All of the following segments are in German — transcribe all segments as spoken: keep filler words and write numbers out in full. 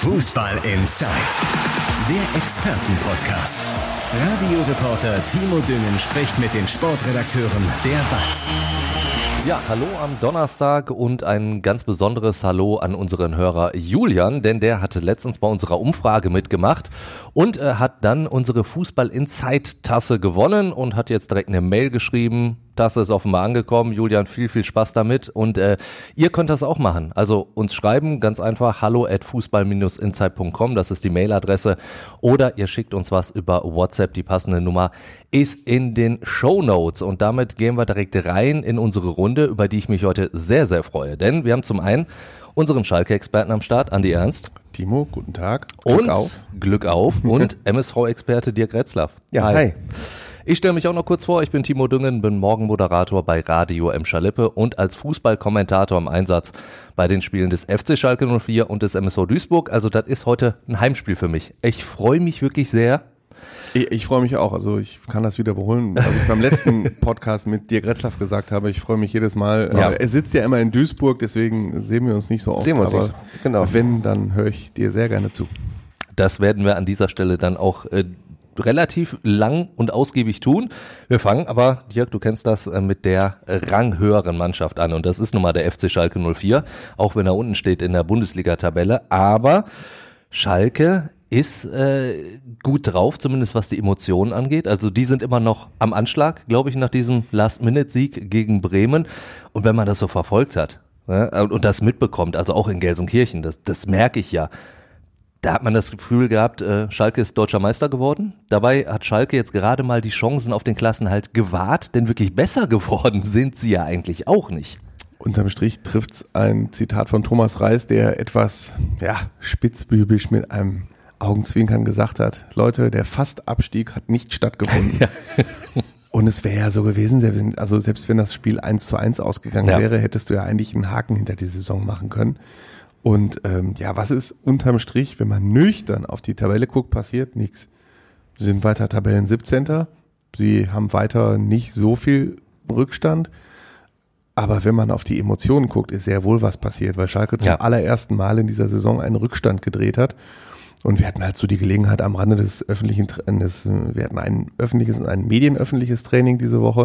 Fußball Inside, der Expertenpodcast. Radioreporter Timo Düngen spricht mit den Sportredakteuren der B A Z. Ja, hallo am Donnerstag und ein ganz besonderes Hallo an unseren Hörer Julian, denn der hatte letztens bei unserer Umfrage mitgemacht und äh, hat dann unsere Fußball-Inside-Tasse gewonnen und hat jetzt direkt eine Mail geschrieben. Tasse ist offenbar angekommen. Julian, viel, viel Spaß damit und äh, ihr könnt das auch machen. Also uns schreiben, ganz einfach, hallo at fußball Bindestrich inside punkt com, das ist die Mailadresse, oder ihr schickt uns was über WhatsApp, die passende Nummer ist in den Shownotes und damit gehen wir direkt rein in unsere Runde, über die ich mich heute sehr, sehr freue, denn wir haben zum einen unseren Schalke-Experten am Start, Andi Ernst. Timo, guten Tag. Glück und auf. Glück auf und M S V-Experte Dirk Retzlaff. Ja, hi. hi. Ich stelle mich auch noch kurz vor, ich bin Timo Düngen, bin Morgenmoderator bei Radio Emscher-Lippe und als Fußballkommentator im Einsatz bei den Spielen des F C Schalke null vier und des M S V Duisburg. Also das ist heute ein Heimspiel für mich. Ich freue mich wirklich sehr. Ich, ich freue mich auch, also ich kann das wiederholen, was ich beim letzten Podcast mit Dirk Retzlaff gesagt habe. Ich freue mich jedes Mal. Ja. Er sitzt ja immer in Duisburg, deswegen sehen wir uns nicht so oft. Sehen wir uns aber nicht so. Genau. Wenn, dann höre ich dir sehr gerne zu. Das werden wir an dieser Stelle dann auch äh, relativ lang und ausgiebig tun. Wir fangen aber, Dirk, du kennst das, mit der ranghöheren Mannschaft an und das ist nun mal der F C Schalke null vier, auch wenn er unten steht in der Bundesliga-Tabelle, aber Schalke ist äh, gut drauf, zumindest was die Emotionen angeht, also die sind immer noch am Anschlag, glaube ich, nach diesem Last-Minute-Sieg gegen Bremen und wenn man das so verfolgt hat, ne, und das mitbekommt, also auch in Gelsenkirchen, das, das merke ich ja. Da hat man das Gefühl gehabt, äh, Schalke ist deutscher Meister geworden. Dabei hat Schalke jetzt gerade mal die Chancen auf den Klassenhalt gewahrt, denn wirklich besser geworden sind sie ja eigentlich auch nicht. Unterm Strich trifft's ein Zitat von Thomas Reis, der etwas ja spitzbübisch mit einem Augenzwinkern gesagt hat, Leute, der Fastabstieg hat nicht stattgefunden. Ja. Und es wäre ja so gewesen, also selbst wenn das Spiel eins zu eins ausgegangen ja. wäre, hättest du ja eigentlich einen Haken hinter die Saison machen können. Und ähm, ja, was ist unterm Strich, wenn man nüchtern auf die Tabelle guckt, passiert nichts. Sie sind weiter Tabellen siebzehnter Sie haben weiter nicht so viel Rückstand. Aber wenn man auf die Emotionen guckt, ist sehr wohl was passiert, weil Schalke zum ja. allerersten Mal in dieser Saison einen Rückstand gedreht hat. Und wir hatten halt so die Gelegenheit am Rande des öffentlichen, des, wir hatten ein öffentliches, ein medienöffentliches Training diese Woche.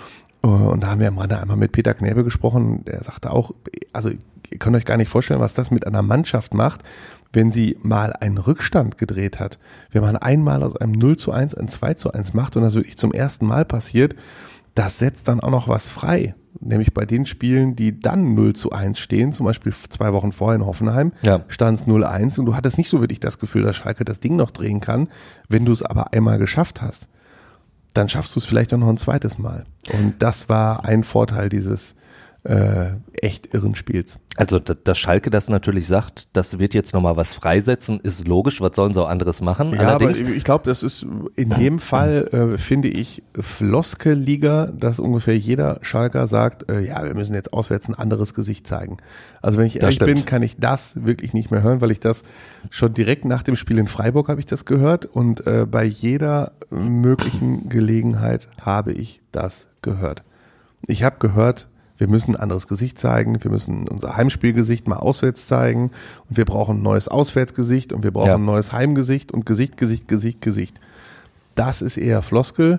Und da haben wir am Rande einmal mit Peter Knäbe gesprochen. Der sagte auch, also ihr könnt euch gar nicht vorstellen, was das mit einer Mannschaft macht, wenn sie mal einen Rückstand gedreht hat. Wenn man einmal aus einem null zu eins ein zwei zu eins macht und das wirklich zum ersten Mal passiert, das setzt dann auch noch was frei. Nämlich bei den Spielen, die dann null zu eins stehen, zum Beispiel zwei Wochen vorher in Hoffenheim, ja. stand es null eins und du hattest nicht so wirklich das Gefühl, dass Schalke das Ding noch drehen kann. Wenn du es aber einmal geschafft hast, dann schaffst du es vielleicht auch noch ein zweites Mal. Und das war ein Vorteil dieses äh, echt irren Spiels. Also, dass Schalke das natürlich sagt, das wird jetzt nochmal was freisetzen, ist logisch, was sollen sie auch anderes machen? Ja, allerdings, aber ich glaube, das ist in dem Fall, äh, finde ich, Floskeliger, dass ungefähr jeder Schalker sagt, äh, ja, wir müssen jetzt auswärts ein anderes Gesicht zeigen. Also wenn ich ehrlich bin, kann ich das wirklich nicht mehr hören, weil ich das schon direkt nach dem Spiel in Freiburg habe ich das gehört und äh, bei jeder möglichen Gelegenheit habe ich das gehört. Ich habe gehört, wir müssen ein anderes Gesicht zeigen, wir müssen unser Heimspielgesicht mal auswärts zeigen und wir brauchen ein neues Auswärtsgesicht und wir brauchen ja. ein neues Heimgesicht und Gesicht, Gesicht, Gesicht, Gesicht. Das ist eher Floskel.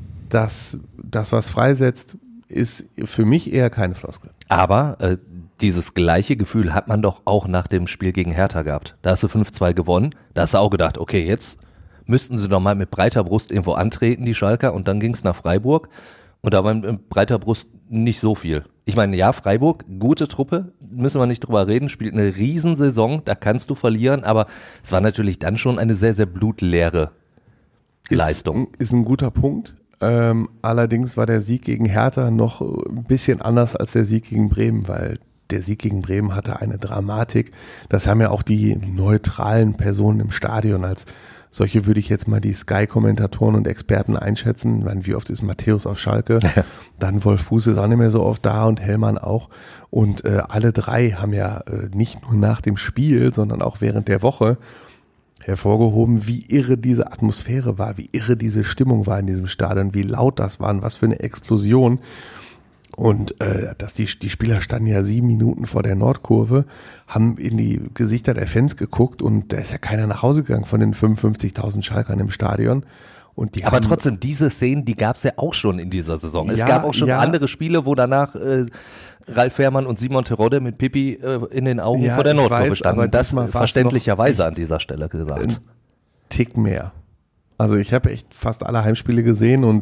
Das, das was freisetzt, ist für mich eher keine Floskel. Aber äh, dieses gleiche Gefühl hat man doch auch nach dem Spiel gegen Hertha gehabt. Da hast du fünf zwei gewonnen, da hast du auch gedacht, okay, jetzt müssten sie doch mal mit breiter Brust irgendwo antreten, die Schalker, und dann ging es nach Freiburg. Und da war mit breiter Brust nicht so viel. Ich meine, ja, Freiburg, gute Truppe, müssen wir nicht drüber reden, spielt eine Riesensaison, da kannst du verlieren, aber es war natürlich dann schon eine sehr, sehr blutleere Leistung. Ist, ist ein guter Punkt. Ähm, allerdings war der Sieg gegen Hertha noch ein bisschen anders als der Sieg gegen Bremen, weil der Sieg gegen Bremen hatte eine Dramatik. Das haben ja auch die neutralen Personen im Stadion als solche würde ich jetzt mal die Sky-Kommentatoren und Experten einschätzen. Ich meine, wie oft ist Matthäus auf Schalke? Ja. Dann Wolf Fuß ist auch nicht mehr so oft da und Hellmann auch. Und äh, alle drei haben ja äh, nicht nur nach dem Spiel, sondern auch während der Woche hervorgehoben, wie irre diese Atmosphäre war, wie irre diese Stimmung war in diesem Stadion, wie laut das war und was für eine Explosion. Und äh, dass die, die Spieler standen ja sieben Minuten vor der Nordkurve, haben in die Gesichter der Fans geguckt und da ist ja keiner nach Hause gegangen von den fünfundfünfzigtausend Schalkern im Stadion. Und die Aber haben, trotzdem, diese Szenen, die gab es ja auch schon in dieser Saison. Es Ja, gab auch schon ja. andere Spiele, wo danach äh, Ralf Fährmann und Simon Terodde mit Pipi äh, in den Augen Ja, vor der ich Nordkurve weiß, standen. aber Das diesmal war's verständlicherweise noch an dieser Stelle gesagt. ein Tick mehr. Also ich habe echt fast alle Heimspiele gesehen und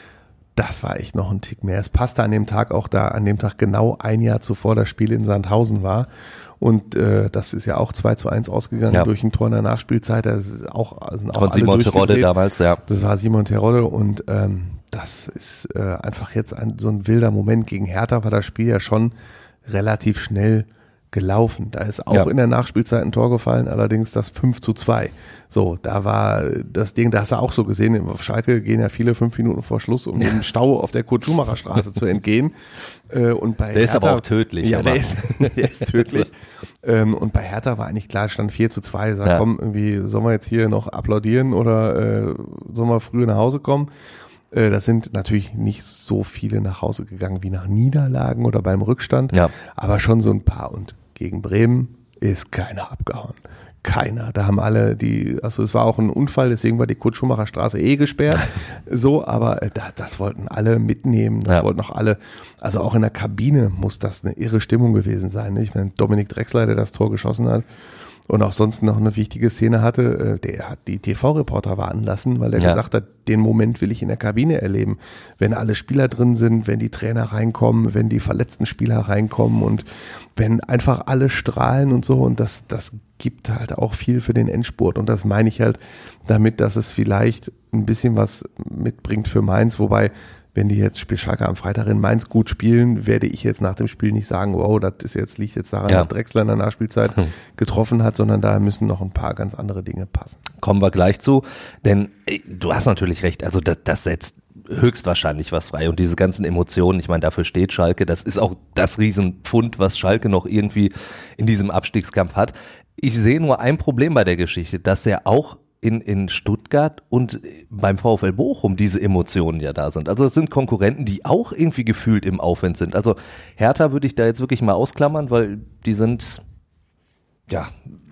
das war echt noch ein Tick mehr. Es passte an dem Tag auch da, an dem Tag genau ein Jahr zuvor das Spiel in Sandhausen war. Und äh, das ist ja auch zwei zu eins ausgegangen Ja. durch ein Tor in der Nachspielzeit. Das ist auch, sind auch Von alle Simon Terodde durchgedreht. damals, ja. Das war Simon Terodde und ähm, das ist äh, einfach jetzt ein, so ein wilder Moment. Gegen Hertha war das Spiel ja schon relativ schnell gelaufen. Da ist auch Ja. in der Nachspielzeit ein Tor gefallen, allerdings das fünf zu zwei. So, da war das Ding, da hast du auch so gesehen, auf Schalke gehen ja viele fünf Minuten vor Schluss, um dem Stau auf der Kurt-Schumacher-Straße zu entgehen. Äh, und bei Der ist Hertha, aber auch tödlich, Ja, aber. der ist, der ist tödlich. ähm, und bei Hertha war eigentlich klar, stand vier zu zwei. Sag, Ja. komm, irgendwie, sollen wir jetzt hier noch applaudieren oder äh, sollen wir früher nach Hause kommen? Äh, Das sind natürlich nicht so viele nach Hause gegangen wie nach Niederlagen oder beim Rückstand, Ja. aber schon so ein paar. Und gegen Bremen ist keiner abgehauen. Keiner. Da haben alle die, also es war auch ein Unfall, deswegen war die Kurt-Schumacher Straße eh gesperrt. So, aber äh, da, das wollten alle mitnehmen. Das Ja. wollten auch alle, also auch in der Kabine muss das eine irre Stimmung gewesen sein. Ne? Ich meine, Dominik Drexler, der das Tor geschossen hat und auch sonst noch eine wichtige Szene hatte, äh, der hat die T V-Reporter warten lassen, weil er Ja. gesagt hat, den Moment will ich in der Kabine erleben. Wenn alle Spieler drin sind, wenn die Trainer reinkommen, wenn die verletzten Spieler reinkommen und wenn einfach alle strahlen und so, und das, das gibt halt auch viel für den Endspurt. Und das meine ich halt damit, dass es vielleicht ein bisschen was mitbringt für Mainz, wobei, wenn die jetzt Spiel Schalke am Freitag in Mainz gut spielen, werde ich jetzt nach dem Spiel nicht sagen, wow, das ist jetzt, liegt jetzt daran, Ja. dass Drexler in der Nachspielzeit Hm. getroffen hat, sondern da müssen noch ein paar ganz andere Dinge passen. Kommen wir gleich zu, denn ey, du hast natürlich recht, also das, das setzt höchstwahrscheinlich was frei und diese ganzen Emotionen, ich meine, dafür steht Schalke, das ist auch das Riesenpfund, was Schalke noch irgendwie in diesem Abstiegskampf hat. Ich sehe nur ein Problem bei der Geschichte, dass er auch in, in Stuttgart und beim VfL Bochum diese Emotionen ja da sind. Also es sind Konkurrenten, die auch irgendwie gefühlt im Aufwind sind. Also Hertha würde ich da jetzt wirklich mal ausklammern, weil die sind, ja,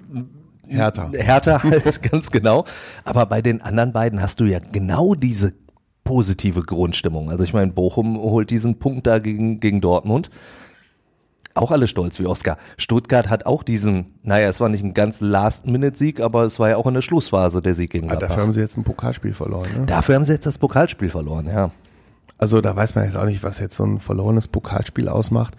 Hertha. Hertha halt, ganz genau. Aber bei den anderen beiden hast du ja genau diese positive Grundstimmung. Also ich meine, Bochum holt diesen Punkt da gegen, gegen Dortmund. Auch alle stolz wie Oscar. Stuttgart hat auch diesen, naja, es war nicht ein ganz Last-Minute-Sieg, aber es war ja auch in der Schlussphase der Sieg gegen Aber Gladbach. dafür haben sie jetzt ein Pokalspiel verloren. Ne? Dafür haben sie jetzt das Pokalspiel verloren, ja. Also da weiß man jetzt auch nicht, was jetzt so ein verlorenes Pokalspiel ausmacht.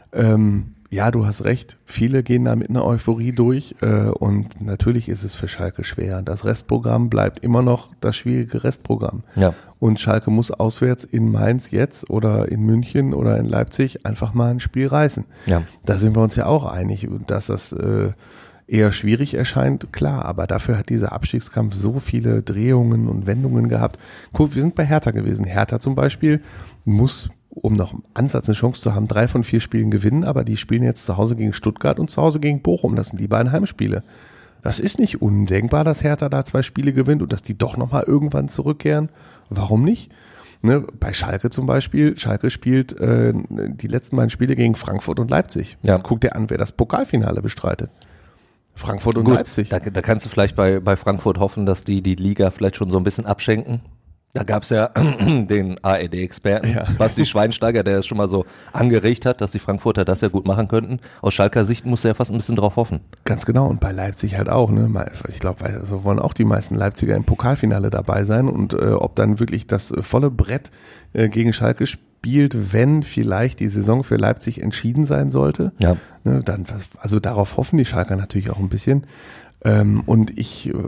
Ähm, ja, du hast recht. Viele gehen da mit einer Euphorie durch äh, und natürlich ist es für Schalke schwer. Das Restprogramm bleibt immer noch das schwierige Restprogramm. Ja. Und Schalke muss auswärts in Mainz jetzt oder in München oder in Leipzig einfach mal ein Spiel reißen. Ja. Da sind wir uns ja auch einig, dass das äh, eher schwierig erscheint, klar, aber dafür hat dieser Abstiegskampf so viele Drehungen und Wendungen gehabt. Guck, wir sind bei Hertha gewesen. Hertha zum Beispiel muss, um noch einen Ansatz eine Chance zu haben, drei von vier Spielen gewinnen, aber die spielen jetzt zu Hause gegen Stuttgart und zu Hause gegen Bochum. Das sind die beiden Heimspiele. Das ist nicht undenkbar, dass Hertha da zwei Spiele gewinnt und dass die doch nochmal irgendwann zurückkehren. Warum nicht? Ne, bei Schalke zum Beispiel, Schalke spielt äh, die letzten beiden Spiele gegen Frankfurt und Leipzig. Ja. Jetzt guckt dir an, wer das Pokalfinale bestreitet. Frankfurt und Gut, Leipzig. Da, da kannst du vielleicht bei, bei Frankfurt hoffen, dass die die Liga vielleicht schon so ein bisschen abschenken. Da gab's ja den A R D-Experten, Ja. Basti Schweinsteiger, der es schon mal so angeregt hat, dass die Frankfurter das ja gut machen könnten. Aus Schalker Sicht muss er ja fast ein bisschen drauf hoffen. Ganz genau, und bei Leipzig halt auch. Ne? Ich glaube, also wollen auch die meisten Leipziger im Pokalfinale dabei sein und äh, ob dann wirklich das äh, volle Brett äh, gegen Schalke spielt, wenn vielleicht die Saison für Leipzig entschieden sein sollte. Ja. Ne, dann, also darauf hoffen die Schalker natürlich auch ein bisschen. Ähm, und ich äh,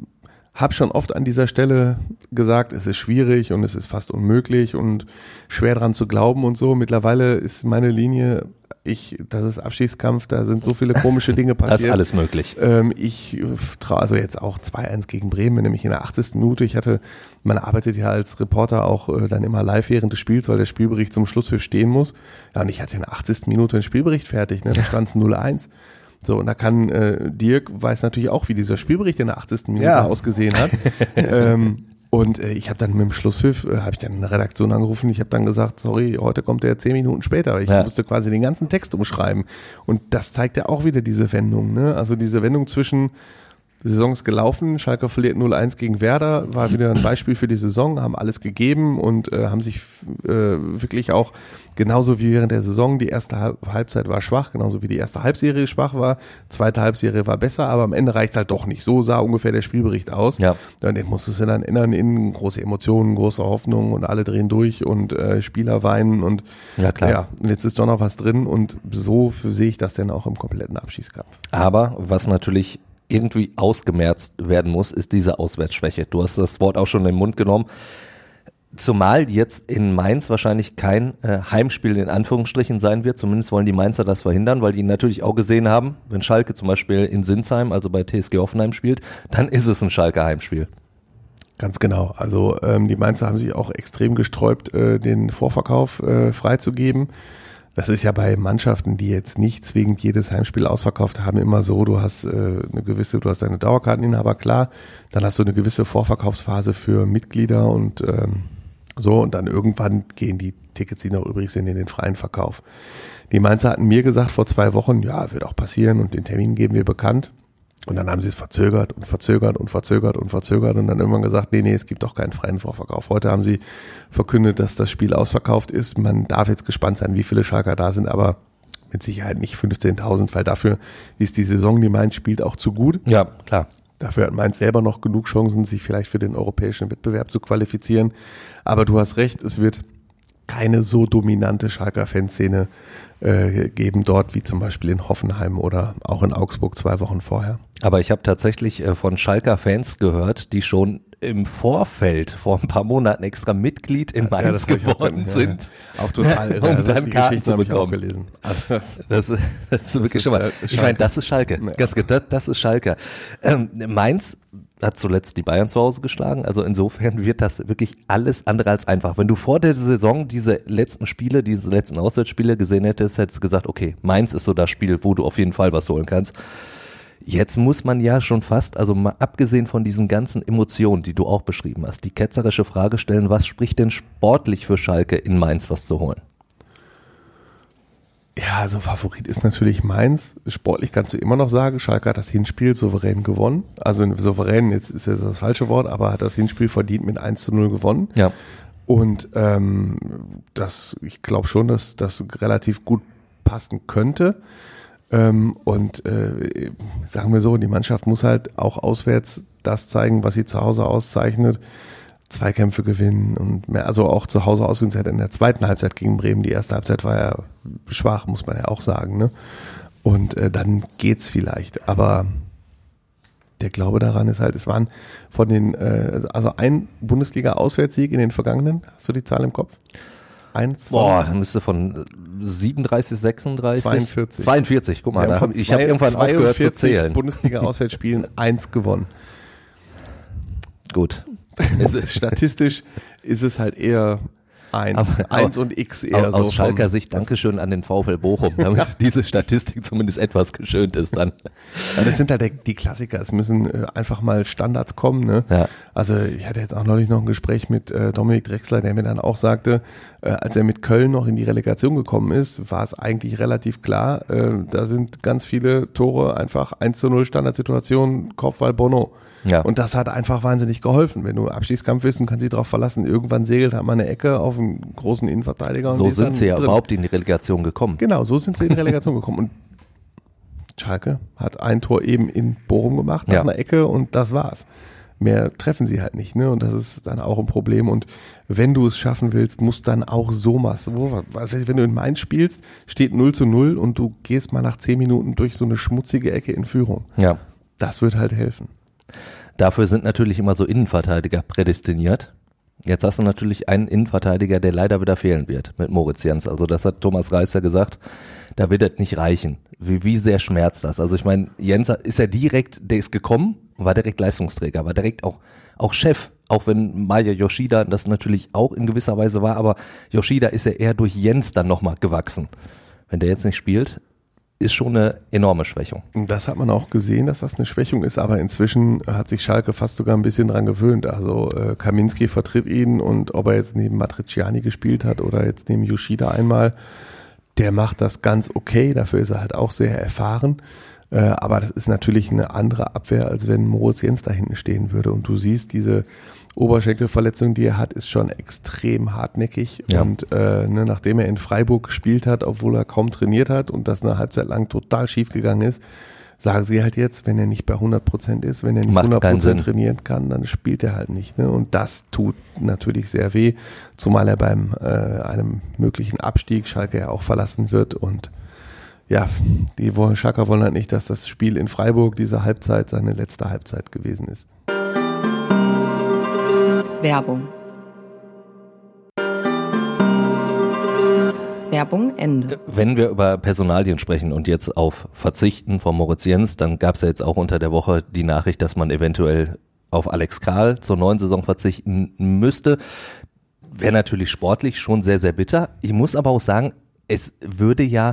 habe schon oft an dieser Stelle gesagt, es ist schwierig und es ist fast unmöglich und schwer dran zu glauben und so. Mittlerweile ist meine Linie, ich, das ist Abstiegskampf, da sind so viele komische Dinge passiert. Das ist alles möglich. Ähm, ich traue also jetzt auch zwei eins gegen Bremen, nämlich in der achtzigsten Minute. Ich hatte, man arbeitet ja als Reporter auch äh, dann immer live während des Spiels, weil der Spielbericht zum Schlusspfiff stehen muss. Ja, und ich hatte in der achtzigsten Minute einen Spielbericht fertig, ne? Da stand es null eins. So, und da kann äh, Dirk weiß natürlich auch, wie dieser Spielbericht in der achtzigsten Minute Ja. ausgesehen hat. ähm, Und äh, ich habe dann mit dem Schlusspfiff, äh, habe ich dann eine Redaktion angerufen, ich habe dann gesagt, sorry, heute kommt der zehn Minuten später. Ich ja. musste quasi den ganzen Text umschreiben. Und das zeigt ja auch wieder diese Wendung, ne? Also diese Wendung zwischen Saison ist gelaufen, Schalke verliert null eins gegen Werder, war wieder ein Beispiel für die Saison, haben alles gegeben und äh, haben sich äh, wirklich auch genauso wie während der Saison, die erste Halb- Halbzeit war schwach, genauso wie die erste Halbserie schwach war, zweite Halbserie war besser, aber am Ende reicht halt doch nicht. So sah ungefähr der Spielbericht aus. Ja. Und den musstest du dann ändern in große Emotionen, große Hoffnung und alle drehen durch und äh, Spieler weinen und ja, klar. ja, und jetzt ist doch noch was drin und so sehe ich das dann auch im kompletten Abschießkampf. Aber was natürlich irgendwie ausgemerzt werden muss, ist diese Auswärtsschwäche. Du hast das Wort auch schon in den Mund genommen. Zumal jetzt in Mainz wahrscheinlich kein äh, Heimspiel in Anführungsstrichen sein wird. Zumindest wollen die Mainzer das verhindern, weil die natürlich auch gesehen haben, wenn Schalke zum Beispiel in Sinsheim, also bei T S G Hoffenheim spielt, dann ist es ein Schalke Heimspiel. Ganz genau. Also ähm, die Mainzer haben sich auch extrem gesträubt, äh, den Vorverkauf äh, freizugeben. Das ist ja bei Mannschaften, die jetzt nicht zwingend jedes Heimspiel ausverkauft haben, immer so, du hast äh, eine gewisse, du hast deine Dauerkarteninhaber, klar, dann hast du eine gewisse Vorverkaufsphase für Mitglieder und ähm, so und dann irgendwann gehen die Tickets, die noch übrig sind, in den freien Verkauf. Die Mainzer hatten mir gesagt vor zwei Wochen, ja, wird auch passieren und den Termin geben wir bekannt. Und dann haben sie es verzögert und verzögert und verzögert und verzögert und dann irgendwann gesagt, nee, nee, es gibt doch keinen freien Vorverkauf. Heute haben sie verkündet, dass das Spiel ausverkauft ist. Man darf jetzt gespannt sein, wie viele Schalker da sind, aber mit Sicherheit nicht fünfzehntausend, weil dafür ist die Saison, die Mainz spielt, auch zu gut. Ja, klar. Dafür hat Mainz selber noch genug Chancen, sich vielleicht für den europäischen Wettbewerb zu qualifizieren. Aber du hast recht, es wird keine so dominante Schalker Fanszene äh, geben dort, wie zum Beispiel in Hoffenheim oder auch in Augsburg zwei Wochen vorher. Aber ich habe tatsächlich äh, von Schalker Fans gehört, die schon im Vorfeld vor ein paar Monaten extra Mitglied in Mainz ja, geworden auch, sind. Ja, auch total irre. Um also dann die Karten zu habe ich auch bekommen. gelesen. Also das, das, das, das ist wirklich schon mal. Ich meine, das ist Schalke. Ja. Ganz genau, das, das ist Schalke. Ähm, Mainz hat zuletzt die Bayern zu Hause geschlagen. Also insofern wird das wirklich alles andere als einfach. Wenn du vor der Saison diese letzten Spiele, diese letzten Auswärtsspiele gesehen hättest, hättest du gesagt, okay, Mainz ist so das Spiel, wo du auf jeden Fall was holen kannst. Jetzt muss man ja schon fast, also mal abgesehen von diesen ganzen Emotionen, die du auch beschrieben hast, die ketzerische Frage stellen, was spricht denn sportlich für Schalke in Mainz was zu holen? Ja, also Favorit ist natürlich Mainz. Sportlich kannst du immer noch sagen, Schalke hat das Hinspiel souverän gewonnen. Also souverän, jetzt ist das das falsche Wort, aber hat das Hinspiel verdient mit eins zu null gewonnen. Ja. Und ähm, das, ich glaube schon, dass das relativ gut passen könnte. Ähm, und äh, sagen wir so, die Mannschaft muss halt auch auswärts das zeigen, was sie zu Hause auszeichnet. Zweikämpfe gewinnen und mehr, also auch zu Hause ausgewinnen in der zweiten Halbzeit gegen Bremen. Die erste Halbzeit war ja schwach, muss man ja auch sagen, ne? Und äh, dann geht's vielleicht. Aber der Glaube daran ist halt, es waren von den, äh, also ein Bundesliga-Auswärtssieg in den vergangenen, hast du die Zahl im Kopf? Eins, zwei, Boah, da müsste von siebenunddreißig, sechsunddreißig. zweiundvierzig. zweiundvierzig, guck mal, da hab, ich habe irgendwann aufgehört zu zählen. Bundesliga-Auswärtsspielen eins gewonnen. Gut. Statistisch ist es halt eher eins, aber, eins und X eher aus so. Aus Schalker Sicht Dankeschön an den VfL Bochum, damit ja. diese Statistik zumindest etwas geschönt ist dann. Ja, das sind halt der, die Klassiker, es müssen äh, einfach mal Standards kommen. Ne? Ja. Also ich hatte jetzt auch neulich noch ein Gespräch mit äh, Dominik Drexler, der mir dann auch sagte, äh, als er mit Köln noch in die Relegation gekommen ist, war es eigentlich relativ klar, äh, da sind ganz viele Tore einfach eins zu null Standardsituationen, Kopfball, Bono. Ja. Und das hat einfach wahnsinnig geholfen. Wenn du Abstiegskampf bist und kannst dich darauf verlassen, irgendwann segelt halt mal eine Ecke auf einen großen Innenverteidiger. So und sind sie ja drin. überhaupt in die Relegation gekommen. Genau, so sind sie in die Relegation gekommen. Und Schalke hat ein Tor eben in Bochum gemacht, nach ja. einer Ecke und das war's. Mehr treffen sie halt nicht, ne? Und das ist dann auch ein Problem. Und wenn du es schaffen willst, musst dann auch so machst. Wenn du in Mainz spielst, steht null zu null und du gehst mal nach zehn Minuten durch so eine schmutzige Ecke in Führung. Ja. Das wird halt helfen. Dafür sind natürlich immer so Innenverteidiger prädestiniert. Jetzt hast du natürlich einen Innenverteidiger, der leider wieder fehlen wird mit Moritz Jens. Also das hat Thomas Reis ja gesagt, da wird es nicht reichen. Wie, wie sehr schmerzt das? Also ich meine, Jens ist ja direkt, der ist gekommen, war direkt Leistungsträger, war direkt auch, auch Chef. Auch wenn Maya Yoshida das natürlich auch in gewisser Weise war, aber Yoshida ist ja eher durch Jens dann nochmal gewachsen. Wenn der jetzt nicht spielt, ist schon eine enorme Schwächung. Das hat man auch gesehen, dass das eine Schwächung ist, aber inzwischen hat sich Schalke fast sogar ein bisschen dran gewöhnt. Also äh, Kaminski vertritt ihn und ob er jetzt neben Matriciani gespielt hat oder jetzt neben Yoshida einmal, der macht das ganz okay, dafür ist er halt auch sehr erfahren. Äh, aber das ist natürlich eine andere Abwehr, als wenn Moritz Jens da hinten stehen würde. Und du siehst, diese Oberschenkelverletzung, die er hat, ist schon extrem hartnäckig. Ja. Und äh, ne, nachdem er in Freiburg gespielt hat, obwohl er kaum trainiert hat und das eine Halbzeit lang total schief gegangen ist, sagen sie halt jetzt, wenn er nicht bei hundert Prozent ist, wenn er nicht Macht's hundert Prozent trainieren kann, dann spielt er halt nicht. Ne? Und das tut natürlich sehr weh, zumal er beim äh, einem möglichen Abstieg Schalke ja auch verlassen wird. Und ja, die wollen, Schalker wollen halt nicht, dass das Spiel in Freiburg, diese Halbzeit, seine letzte Halbzeit gewesen ist. Werbung. Werbung Ende. Wenn wir über Personalien sprechen und jetzt auf Verzichten von Moritz Jens, dann gab es ja jetzt auch unter der Woche die Nachricht, dass man eventuell auf Alex Kral zur neuen Saison verzichten müsste. Wäre natürlich sportlich schon sehr, sehr bitter. Ich muss aber auch sagen, es würde ja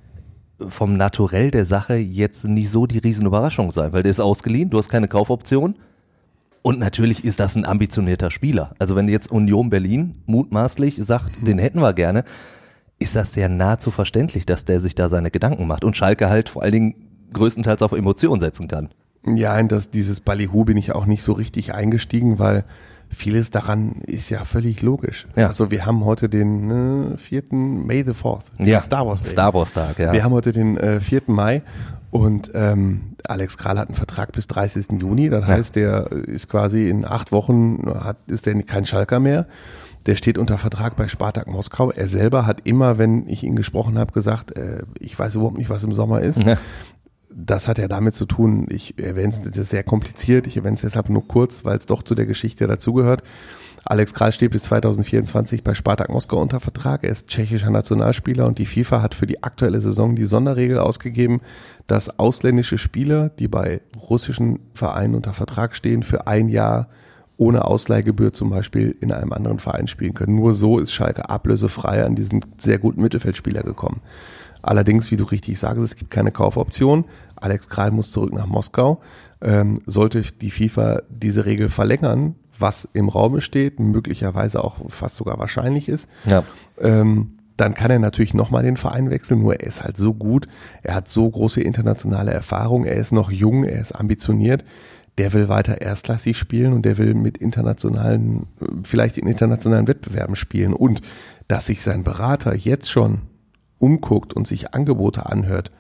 vom Naturell der Sache jetzt nicht so die Riesenüberraschung sein, weil der ist ausgeliehen, du hast keine Kaufoption. Und natürlich ist das ein ambitionierter Spieler. Also wenn jetzt Union Berlin mutmaßlich sagt, mhm. den hätten wir gerne, ist das sehr nahezu verständlich, dass der sich da seine Gedanken macht. Und Schalke halt vor allen Dingen größtenteils auf Emotionen setzen kann. Ja, in das, dieses Ballyhoo bin ich auch nicht so richtig eingestiegen, weil vieles daran ist ja völlig logisch. Ja. Also wir haben heute den ne, vierten May the fourth, ja. Star Wars Day. Star Wars Tag, ja. Wir haben heute den äh, vierten Mai und ähm, Alex Kral hat einen Vertrag bis dreißigsten Juni. Das ja. heißt, der ist quasi in acht Wochen, hat, ist der kein Schalker mehr. Der steht unter Vertrag bei Spartak Moskau. Er selber hat immer, wenn ich ihn gesprochen habe, gesagt, äh, ich weiß überhaupt nicht, was im Sommer ist. Ja. Das hat ja damit zu tun, ich erwähne es, das ist sehr kompliziert, ich erwähne es deshalb nur kurz, weil es doch zu der Geschichte dazugehört. Alex Kral steht bis zweitausendvierundzwanzig bei Spartak Moskau unter Vertrag. Er ist tschechischer Nationalspieler und die FIFA hat für die aktuelle Saison die Sonderregel ausgegeben, dass ausländische Spieler, die bei russischen Vereinen unter Vertrag stehen, für ein Jahr ohne Ausleihgebühr zum Beispiel in einem anderen Verein spielen können. Nur so ist Schalke ablösefrei an diesen sehr guten Mittelfeldspieler gekommen. Allerdings, wie du richtig sagst, es gibt keine Kaufoption. Alex Kral muss zurück nach Moskau. Ähm, sollte die FIFA diese Regel verlängern, was im Raume steht, möglicherweise auch fast sogar wahrscheinlich ist, ja. ähm, dann kann er natürlich nochmal den Verein wechseln, nur er ist halt so gut, er hat so große internationale Erfahrung, er ist noch jung, er ist ambitioniert, der will weiter erstklassig spielen und der will mit internationalen, vielleicht in internationalen Wettbewerben spielen und dass sich sein Berater jetzt schon umguckt und sich Angebote anhört,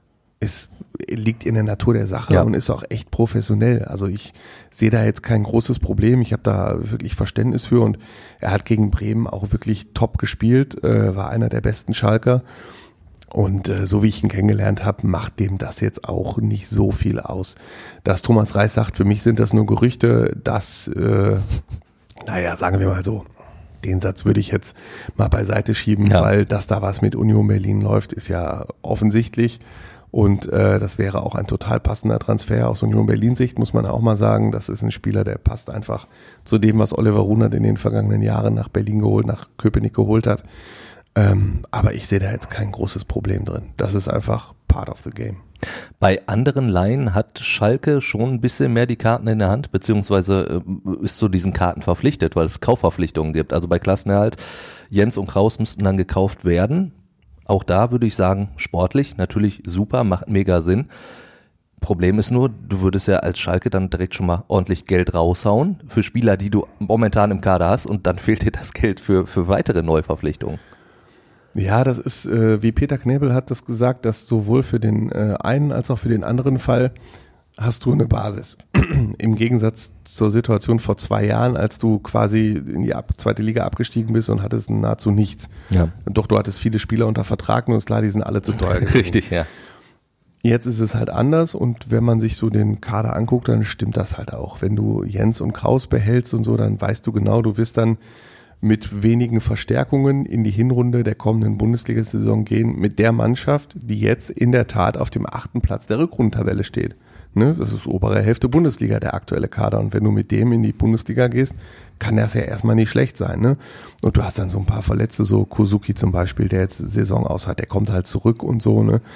es liegt in der Natur der Sache ja. und ist auch echt professionell. Also ich sehe da jetzt kein großes Problem. Ich habe da wirklich Verständnis für und er hat gegen Bremen auch wirklich top gespielt, äh, war einer der besten Schalker und äh, so wie ich ihn kennengelernt habe, macht dem das jetzt auch nicht so viel aus. Dass Thomas Reis sagt, für mich sind das nur Gerüchte, dass, äh, naja, sagen wir mal so, den Satz würde ich jetzt mal beiseite schieben, ja. weil dass da was mit Union Berlin läuft, ist ja offensichtlich. Und äh, das wäre auch ein total passender Transfer aus Union Berlin Sicht, muss man auch mal sagen. Das ist ein Spieler, der passt einfach zu dem, was Oliver Runert in den vergangenen Jahren nach Berlin geholt, nach Köpenick geholt hat. Ähm, aber ich sehe da jetzt kein großes Problem drin. Das ist einfach part of the game. Bei anderen Leihen hat Schalke schon ein bisschen mehr die Karten in der Hand, beziehungsweise äh, ist zu diesen Karten verpflichtet, weil es Kaufverpflichtungen gibt. Also bei Klassenerhalt, Jens und Kraus müssten dann gekauft werden. Auch da würde ich sagen, sportlich natürlich super, macht mega Sinn. Problem ist nur, du würdest ja als Schalke dann direkt schon mal ordentlich Geld raushauen für Spieler, die du momentan im Kader hast und dann fehlt dir das Geld für, für weitere Neuverpflichtungen. Ja, das ist, äh, wie Peter Knebel hat das gesagt, dass sowohl für den äh, einen als auch für den anderen Fall hast du eine Basis. Im Gegensatz zur Situation vor zwei Jahren, als du quasi in die ab, zweite Liga abgestiegen bist und hattest nahezu nichts. Ja. Doch du hattest viele Spieler unter Vertrag und ist klar, die sind alle zu teuer gewesen. Richtig, ja. Jetzt ist es halt anders und wenn man sich so den Kader anguckt, dann stimmt das halt auch. Wenn du Jens und Kraus behältst und so, dann weißt du genau, du wirst dann mit wenigen Verstärkungen in die Hinrunde der kommenden Bundesliga-Saison gehen, mit der Mannschaft, die jetzt in der Tat auf dem achten Platz der Rückrundentabelle steht. Ne, das ist obere Hälfte Bundesliga, der aktuelle Kader. Und wenn du mit dem in die Bundesliga gehst, kann das ja erstmal nicht schlecht sein. Ne? Und du hast dann so ein paar Verletzte, so Kozuki zum Beispiel, der jetzt Saison aus hat, der kommt halt zurück und so. Ne?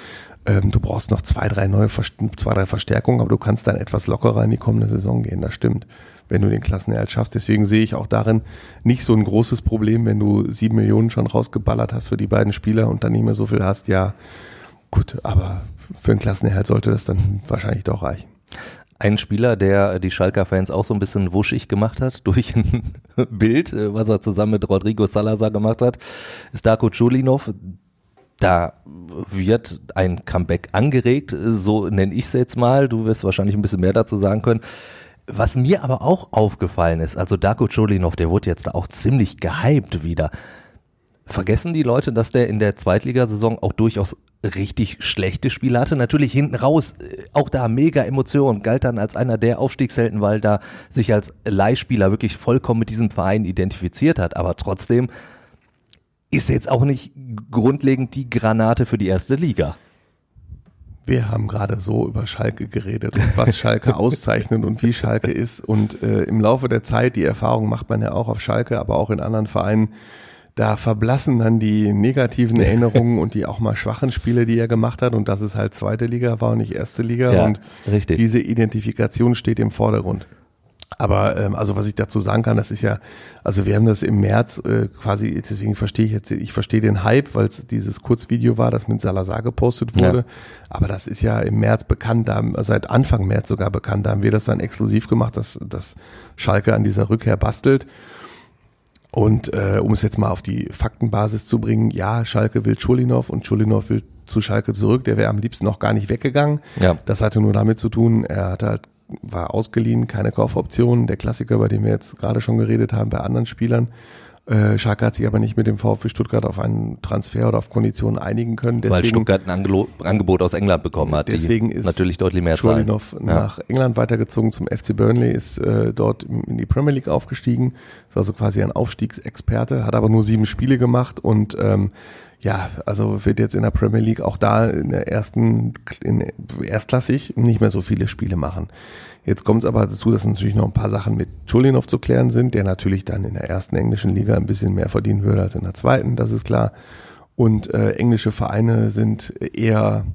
Ähm, du brauchst noch zwei, drei neue, zwei, drei Verstärkungen, aber du kannst dann etwas lockerer in die kommende Saison gehen, das stimmt, wenn du den Klassenerhalt schaffst. Deswegen sehe ich auch darin nicht so ein großes Problem, wenn du sieben Millionen schon rausgeballert hast für die beiden Spieler und dann nicht mehr so viel hast, ja gut, aber für einen Klassenerhalt sollte das dann wahrscheinlich doch reichen. Ein Spieler, der die Schalker-Fans auch so ein bisschen wuschig gemacht hat durch ein Bild, was er zusammen mit Rodrigo Salazar gemacht hat, ist Darko Čulinov. Da wird ein Comeback angeregt, so nenne ich es jetzt mal. Du wirst wahrscheinlich ein bisschen mehr dazu sagen können. Was mir aber auch aufgefallen ist, also Darko Čulinov, der wurde jetzt auch ziemlich gehypt wieder. Vergessen die Leute, dass der in der Zweitligasaison auch durchaus richtig schlechte Spiele hatte? Natürlich hinten raus, auch da mega Emotionen, galt dann als einer der Aufstiegshelden, weil da sich als Leihspieler wirklich vollkommen mit diesem Verein identifiziert hat. Aber trotzdem ist jetzt auch nicht grundlegend die Granate für die erste Liga. Wir haben gerade so über Schalke geredet und was Schalke auszeichnet und wie Schalke ist. Und äh, im Laufe der Zeit, die Erfahrung macht man ja auch auf Schalke, aber auch in anderen Vereinen, da verblassen dann die negativen Erinnerungen und die auch mal schwachen Spiele, die er gemacht hat. Und dass es halt zweite Liga war und nicht erste Liga. Ja, und richtig. Diese Identifikation steht im Vordergrund. Aber ähm, also was ich dazu sagen kann, das ist ja, also wir haben das im März äh, quasi, deswegen verstehe ich jetzt, ich verstehe den Hype, weil es dieses Kurzvideo war, das mit Salazar gepostet wurde. Ja. Aber das ist ja im März bekannt, da, also seit Anfang März sogar bekannt, da haben wir das dann exklusiv gemacht, dass, dass Schalke an dieser Rückkehr bastelt. Und äh, um es jetzt mal auf die Faktenbasis zu bringen, ja, Schalke will Čulinov und Čulinov will zu Schalke zurück. Der wäre am liebsten noch gar nicht weggegangen. Ja. Das hatte nur damit zu tun, er hatte halt, war ausgeliehen, keine Kaufoption. Der Klassiker, über den wir jetzt gerade schon geredet haben, bei anderen Spielern. Äh, Schalke hat sich aber nicht mit dem VfB Stuttgart auf einen Transfer oder auf Konditionen einigen können. Deswegen, weil Stuttgart ein Angelo- Angebot aus England bekommen hat, deswegen die ist natürlich deutlich mehr zahlen. Čulinov ja. nach England weitergezogen zum F C Burnley, ist äh, dort in die Premier League aufgestiegen, ist also quasi ein Aufstiegsexperte, hat aber nur sieben Spiele gemacht und ähm, ja, also wird jetzt in der Premier League auch da in der ersten, in, erstklassig nicht mehr so viele Spiele machen. Jetzt kommt es aber dazu, dass natürlich noch ein paar Sachen mit Čulinov zu klären sind, der natürlich dann in der ersten englischen Liga ein bisschen mehr verdienen würde als in der zweiten, das ist klar. Und äh, englische Vereine sind eher,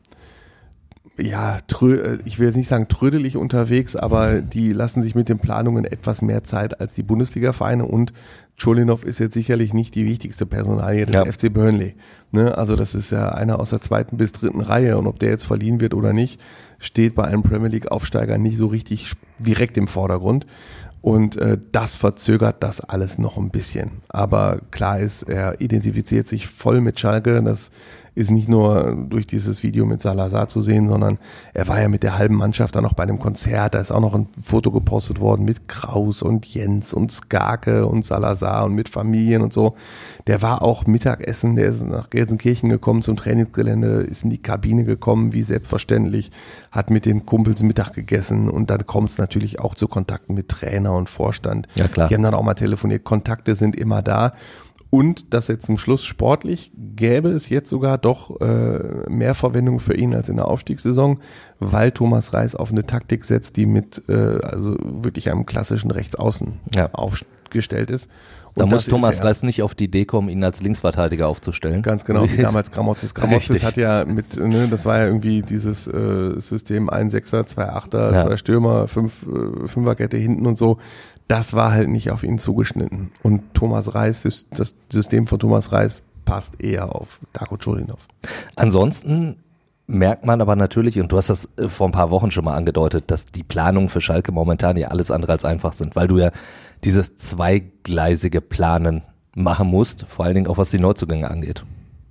ja, trö- ich will jetzt nicht sagen trödelig unterwegs, aber die lassen sich mit den Planungen etwas mehr Zeit als die Bundesliga-Vereine und Čulinov ist jetzt sicherlich nicht die wichtigste Personalie des ja. F C Burnley. Ne? Also das ist ja einer aus der zweiten bis dritten Reihe und ob der jetzt verliehen wird oder nicht, steht bei einem Premier League Aufsteiger nicht so richtig direkt im Vordergrund. Und äh, das verzögert das alles noch ein bisschen. Aber klar ist, er identifiziert sich voll mit Schalke. Das ist nicht nur durch dieses Video mit Salazar zu sehen, sondern er war ja mit der halben Mannschaft dann noch bei einem Konzert. Da ist auch noch ein Foto gepostet worden mit Kraus und Jens und Skarke und Salazar und mit Familien und so. Der war auch Mittagessen, der ist nach Gelsenkirchen gekommen zum Trainingsgelände, ist in die Kabine gekommen, wie selbstverständlich, hat mit den Kumpels Mittag gegessen und dann kommt es natürlich auch zu Kontakten mit Trainer und Vorstand. Ja, klar. Die haben dann auch mal telefoniert, Kontakte sind immer da. Und das jetzt zum Schluss sportlich gäbe es jetzt sogar doch äh, mehr Verwendung für ihn als in der Aufstiegssaison, weil Thomas Reis auf eine Taktik setzt, die mit äh, also wirklich einem klassischen Rechtsaußen ja. aufgestellt ist. Und da muss Thomas Reis nicht auf die Idee kommen, ihn als Linksverteidiger aufzustellen. Ganz genau, wie damals Gramotzes. Gramotzes hat ja mit, ne, das war ja irgendwie dieses äh, System ein Sechser, zwei Achter, ja. zwei Stürmer, fünf äh, Fünferkette hinten und so. Das war halt nicht auf ihn zugeschnitten. Und Thomas Reis, das System von Thomas Reis passt eher auf Darko Čulinov. Ansonsten merkt man aber natürlich, und du hast das vor ein paar Wochen schon mal angedeutet, dass die Planungen für Schalke momentan ja alles andere als einfach sind, weil du ja dieses zweigleisige Planen machen musst, vor allen Dingen auch was die Neuzugänge angeht.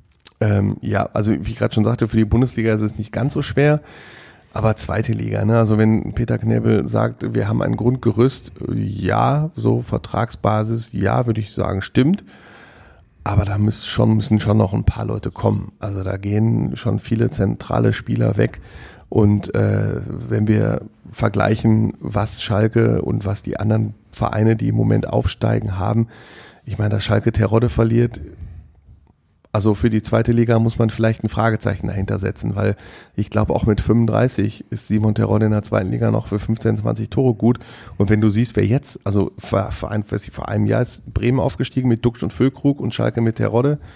Ähm, ja, also wie ich gerade schon sagte, für die Bundesliga ist es nicht ganz so schwer. Aber zweite Liga, ne? Also wenn Peter Knebel sagt, wir haben ein Grundgerüst, ja, so Vertragsbasis, ja, würde ich sagen, stimmt. Aber da müssen schon, müssen schon noch ein paar Leute kommen. Also da gehen schon viele zentrale Spieler weg. Und äh, wenn wir vergleichen, was Schalke und was die anderen Vereine, die im Moment aufsteigen, haben, ich meine, dass Schalke Terodde verliert, also für die zweite Liga muss man vielleicht ein Fragezeichen dahinter setzen, weil ich glaube auch mit fünfunddreißig ist Simon Terodde in der zweiten Liga noch für fünfzehn, zwanzig Tore gut. Und wenn du siehst, wer jetzt, also vor, vor, ein, vor einem Jahr ist Bremen aufgestiegen mit Duxch und Füllkrug und Schalke mit Terodde.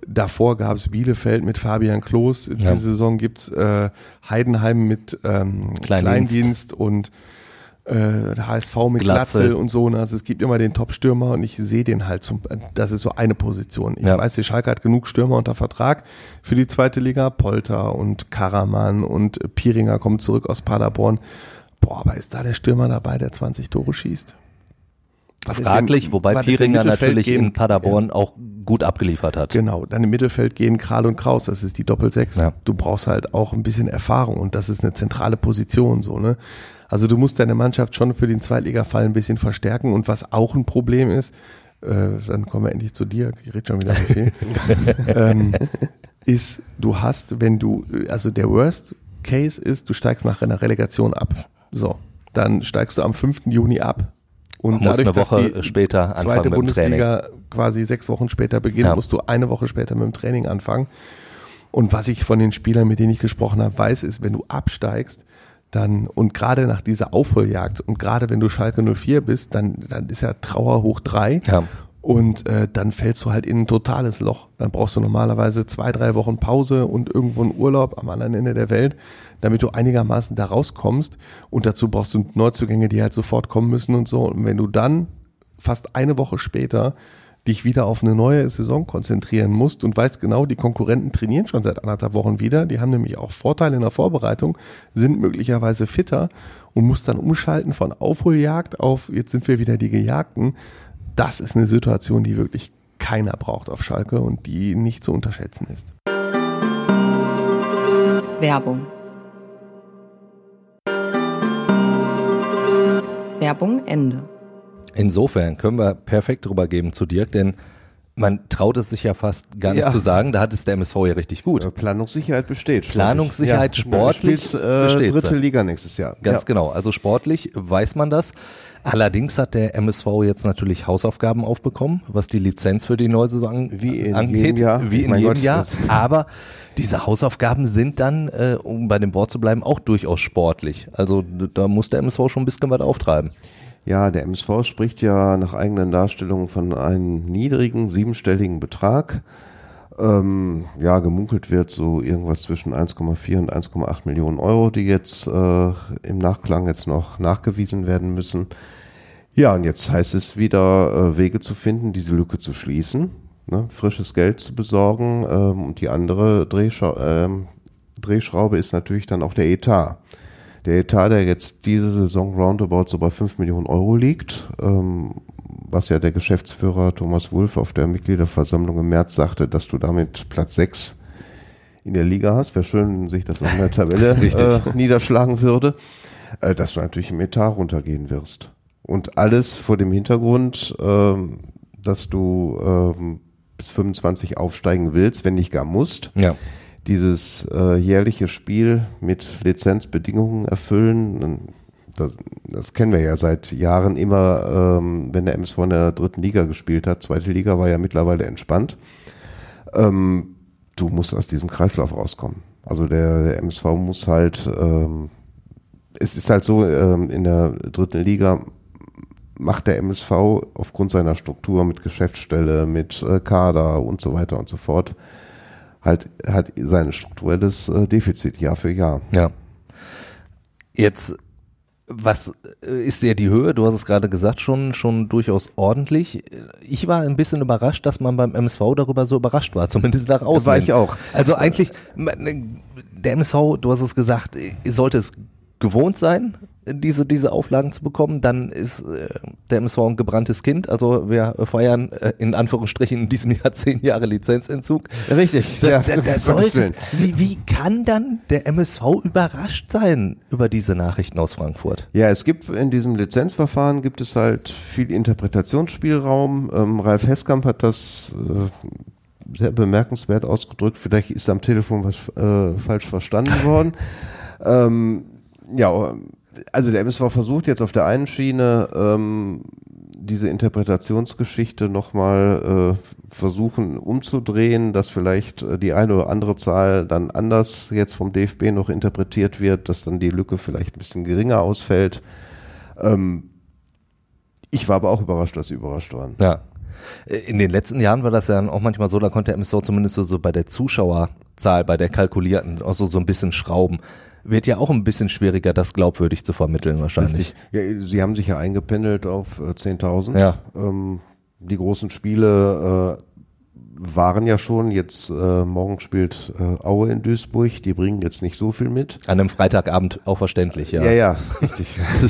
Davor gab es Bielefeld mit Fabian Klos. Diese Ja. Saison gibt's äh, Heidenheim mit ähm, Kleindienst. Kleindienst und äh, der H S V mit Glatzel. Glatzel und so. Ne? Also es gibt immer den Top-Stürmer und ich sehe den halt zum, das ist so eine Position. Ich Ja. weiß, die Schalke hat genug Stürmer unter Vertrag für die zweite Liga. Polter und Karaman und Pieringer kommen zurück aus Paderborn. Boah, aber ist da der Stürmer dabei, der zwanzig Tore schießt? Was ist Fraglich, im- wobei was ist im Pieringer Mittelfeld natürlich gehen? in Paderborn auch gut abgeliefert hat. Genau, dann im Mittelfeld gehen Kral und Kraus, das ist die Doppelsechs. Ja. Du brauchst halt auch ein bisschen Erfahrung und das ist eine zentrale Position, so, ne? Also du musst deine Mannschaft schon für den Zweitligafall ein bisschen verstärken und was auch ein Problem ist, äh, dann kommen wir endlich zu dir, ich rede schon wieder so viel, ähm, ist, du hast, wenn du, also der Worst Case ist, du steigst nach einer Relegation ab. So, dann steigst du am fünften Juni ab. Und Man muss dadurch, eine Woche dass die später anfangen zweite mit dem Training. Bundesliga quasi sechs Wochen später beginnt, Ja. musst du eine Woche später mit dem Training anfangen. Und was ich von den Spielern, mit denen ich gesprochen habe, weiß, ist, wenn du absteigst, dann, und gerade nach dieser Aufholjagd und gerade wenn du Schalke null vier bist, dann, dann ist ja Trauer hoch drei. Ja. Und äh, dann fällst du halt in ein totales Loch. Dann brauchst du normalerweise zwei, drei Wochen Pause und irgendwo einen Urlaub am anderen Ende der Welt, damit du einigermaßen da rauskommst. Und dazu brauchst du Neuzugänge, die halt sofort kommen müssen und so. Und wenn du dann fast eine Woche später dich wieder auf eine neue Saison konzentrieren musst und weißt genau, die Konkurrenten trainieren schon seit anderthalb Wochen wieder, die haben nämlich auch Vorteile in der Vorbereitung, sind möglicherweise fitter und musst dann umschalten von Aufholjagd auf, jetzt sind wir wieder die Gejagten. Das ist eine Situation, die wirklich keiner braucht auf Schalke und die nicht zu unterschätzen ist. Werbung. Werbung Ende. Insofern können wir perfekt drüber geben zu Dirk, denn man traut es sich ja fast gar nicht Ja. zu sagen, da hat es der M S V ja richtig gut. Äh, Planungssicherheit besteht. Planungssicherheit Ja. sportlich Du spielst, äh, besteht dritte sie. Liga nächstes Jahr. Ganz ja. genau, also sportlich weiß man das. Allerdings hat der M S V jetzt natürlich Hausaufgaben aufbekommen, was die Lizenz für die neue Saison Wie in angeht. jedem Jahr. Wie in Mein jedem Gott, Jahr. das- Aber diese Hausaufgaben sind dann, äh, um bei dem Wort zu bleiben, auch durchaus sportlich. Also d- da muss der M S V schon ein bisschen was auftreiben. Ja, der M S V spricht ja nach eigenen Darstellungen von einem niedrigen, siebenstelligen Betrag. Ähm, ja, gemunkelt wird so irgendwas zwischen eins Komma vier und eins Komma acht Millionen Euro, die jetzt äh, im Nachklang jetzt noch nachgewiesen werden müssen. Ja, und jetzt heißt es wieder, äh, Wege zu finden, diese Lücke zu schließen, ne, frisches Geld zu besorgen. Ähm, und die andere Drehschau- ähm, Drehschraube ist natürlich dann auch der Etat. Der Etat, der jetzt diese Saison roundabout so bei fünf Millionen Euro liegt, ähm, was ja der Geschäftsführer Thomas Wulff auf der Mitgliederversammlung im März sagte, dass du damit Platz sechs in der Liga hast. Wäre schön, wenn sich das in der Tabelle äh, niederschlagen würde, äh, dass du natürlich im Etat runtergehen wirst. Und alles vor dem Hintergrund, ähm, dass du ähm, bis fünfundzwanzig aufsteigen willst, wenn nicht gar musst. Ja. Dieses äh, jährliche Spiel mit Lizenzbedingungen erfüllen, das, das kennen wir ja seit Jahren immer, ähm, wenn der M S V in der dritten Liga gespielt hat. Zweite Liga war ja mittlerweile entspannt. Ähm, du musst aus diesem Kreislauf rauskommen. Also der, der M S V muss halt, ähm, es ist halt so, ähm, in der dritten Liga macht der M S V aufgrund seiner Struktur mit Geschäftsstelle, mit äh, Kader und so weiter und so fort, halt hat sein strukturelles äh, Defizit Jahr für Jahr. Ja. Jetzt, was äh, ist dir die Höhe? Du hast es gerade gesagt, schon schon durchaus ordentlich. Ich war ein bisschen überrascht, dass man beim M S V darüber so überrascht war, zumindest nach außen. War hin. ich auch. Also eigentlich, man, der M S V, du hast es gesagt, sollte es gewohnt sein, diese diese Auflagen zu bekommen, dann ist äh, der M S V ein gebranntes Kind. Also wir feiern äh, in Anführungsstrichen in diesem Jahr zehn Jahre Lizenzentzug. Richtig. Da, Ja, da, da um Gottes sollte, Willen. wie, wie kann dann der M S V überrascht sein über diese Nachrichten aus Frankfurt? Ja, es gibt in diesem Lizenzverfahren gibt es halt viel Interpretationsspielraum. Ähm, Ralf Heskamp hat das äh, sehr bemerkenswert ausgedrückt. Vielleicht ist am Telefon was äh, falsch verstanden worden. ähm, ja, also der M S V versucht jetzt auf der einen Schiene ähm, diese Interpretationsgeschichte nochmal äh, versuchen umzudrehen, dass vielleicht äh, die eine oder andere Zahl dann anders jetzt vom D F B noch interpretiert wird, dass dann die Lücke vielleicht ein bisschen geringer ausfällt. Ähm, ich war aber auch überrascht, dass sie überrascht waren. Ja. In den letzten Jahren war das ja auch manchmal so, da konnte der M S V zumindest so, so bei der Zuschauerzahl, bei der kalkulierten, auch so, so ein bisschen schrauben. Wird ja auch ein bisschen schwieriger, das glaubwürdig zu vermitteln wahrscheinlich. Ja, sie haben sich ja eingependelt auf äh, zehntausend. Ja. Ähm, die großen Spiele äh, waren ja schon, jetzt äh, morgen spielt äh, Aue in Duisburg, die bringen jetzt nicht so viel mit. An einem Freitagabend auch verständlich, ja. Ja, ja, richtig.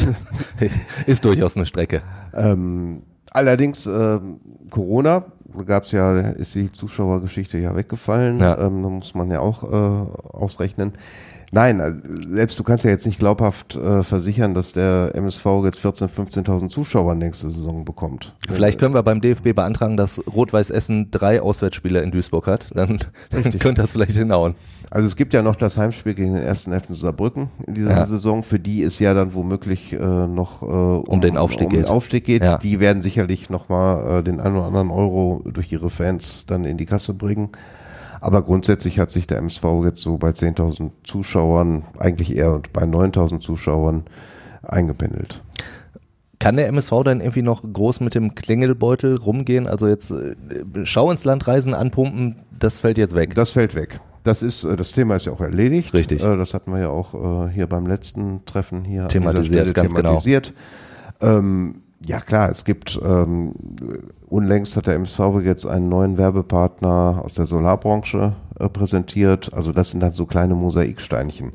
Ist durchaus eine Strecke. Ähm, allerdings äh, Corona, da gab's ja, ist die Zuschauergeschichte ja weggefallen, Ja. Ähm, da muss man ja auch äh, ausrechnen. Nein, also selbst du kannst ja jetzt nicht glaubhaft äh, versichern, dass der M S V jetzt vierzehntausend, fünfzehntausend Zuschauer nächste Saison bekommt. Vielleicht können wir beim D F B beantragen, dass Rot-Weiß Essen drei Auswärtsspiele in Duisburg hat. Dann könnte das vielleicht hinhauen. Also es gibt ja noch das Heimspiel gegen den ersten F C Saarbrücken in dieser Ja. Saison, für die es ja dann womöglich äh, noch äh, um, Um den Aufstieg um den geht. Aufstieg geht. Ja. Die werden sicherlich nochmal äh, den einen oder anderen Euro durch ihre Fans dann in die Kasse bringen. Aber grundsätzlich hat sich der M S V jetzt so bei zehntausend Zuschauern, eigentlich eher bei neuntausend Zuschauern eingependelt. Kann der M S V dann irgendwie noch groß mit dem Klingelbeutel rumgehen? Also jetzt äh, Schau ins Land reisen, anpumpen, das fällt jetzt weg. Das fällt weg. Das ist, äh, das Thema ist ja auch erledigt. Richtig. Äh, das hatten wir ja auch äh, hier beim letzten Treffen hier an dieser Thematisiert, Stelle ganz genau. thematisiert. Ähm, ja klar, es gibt, ähm, unlängst hat der M S V jetzt einen neuen Werbepartner aus der Solarbranche äh, präsentiert. Also das sind dann so kleine Mosaiksteinchen.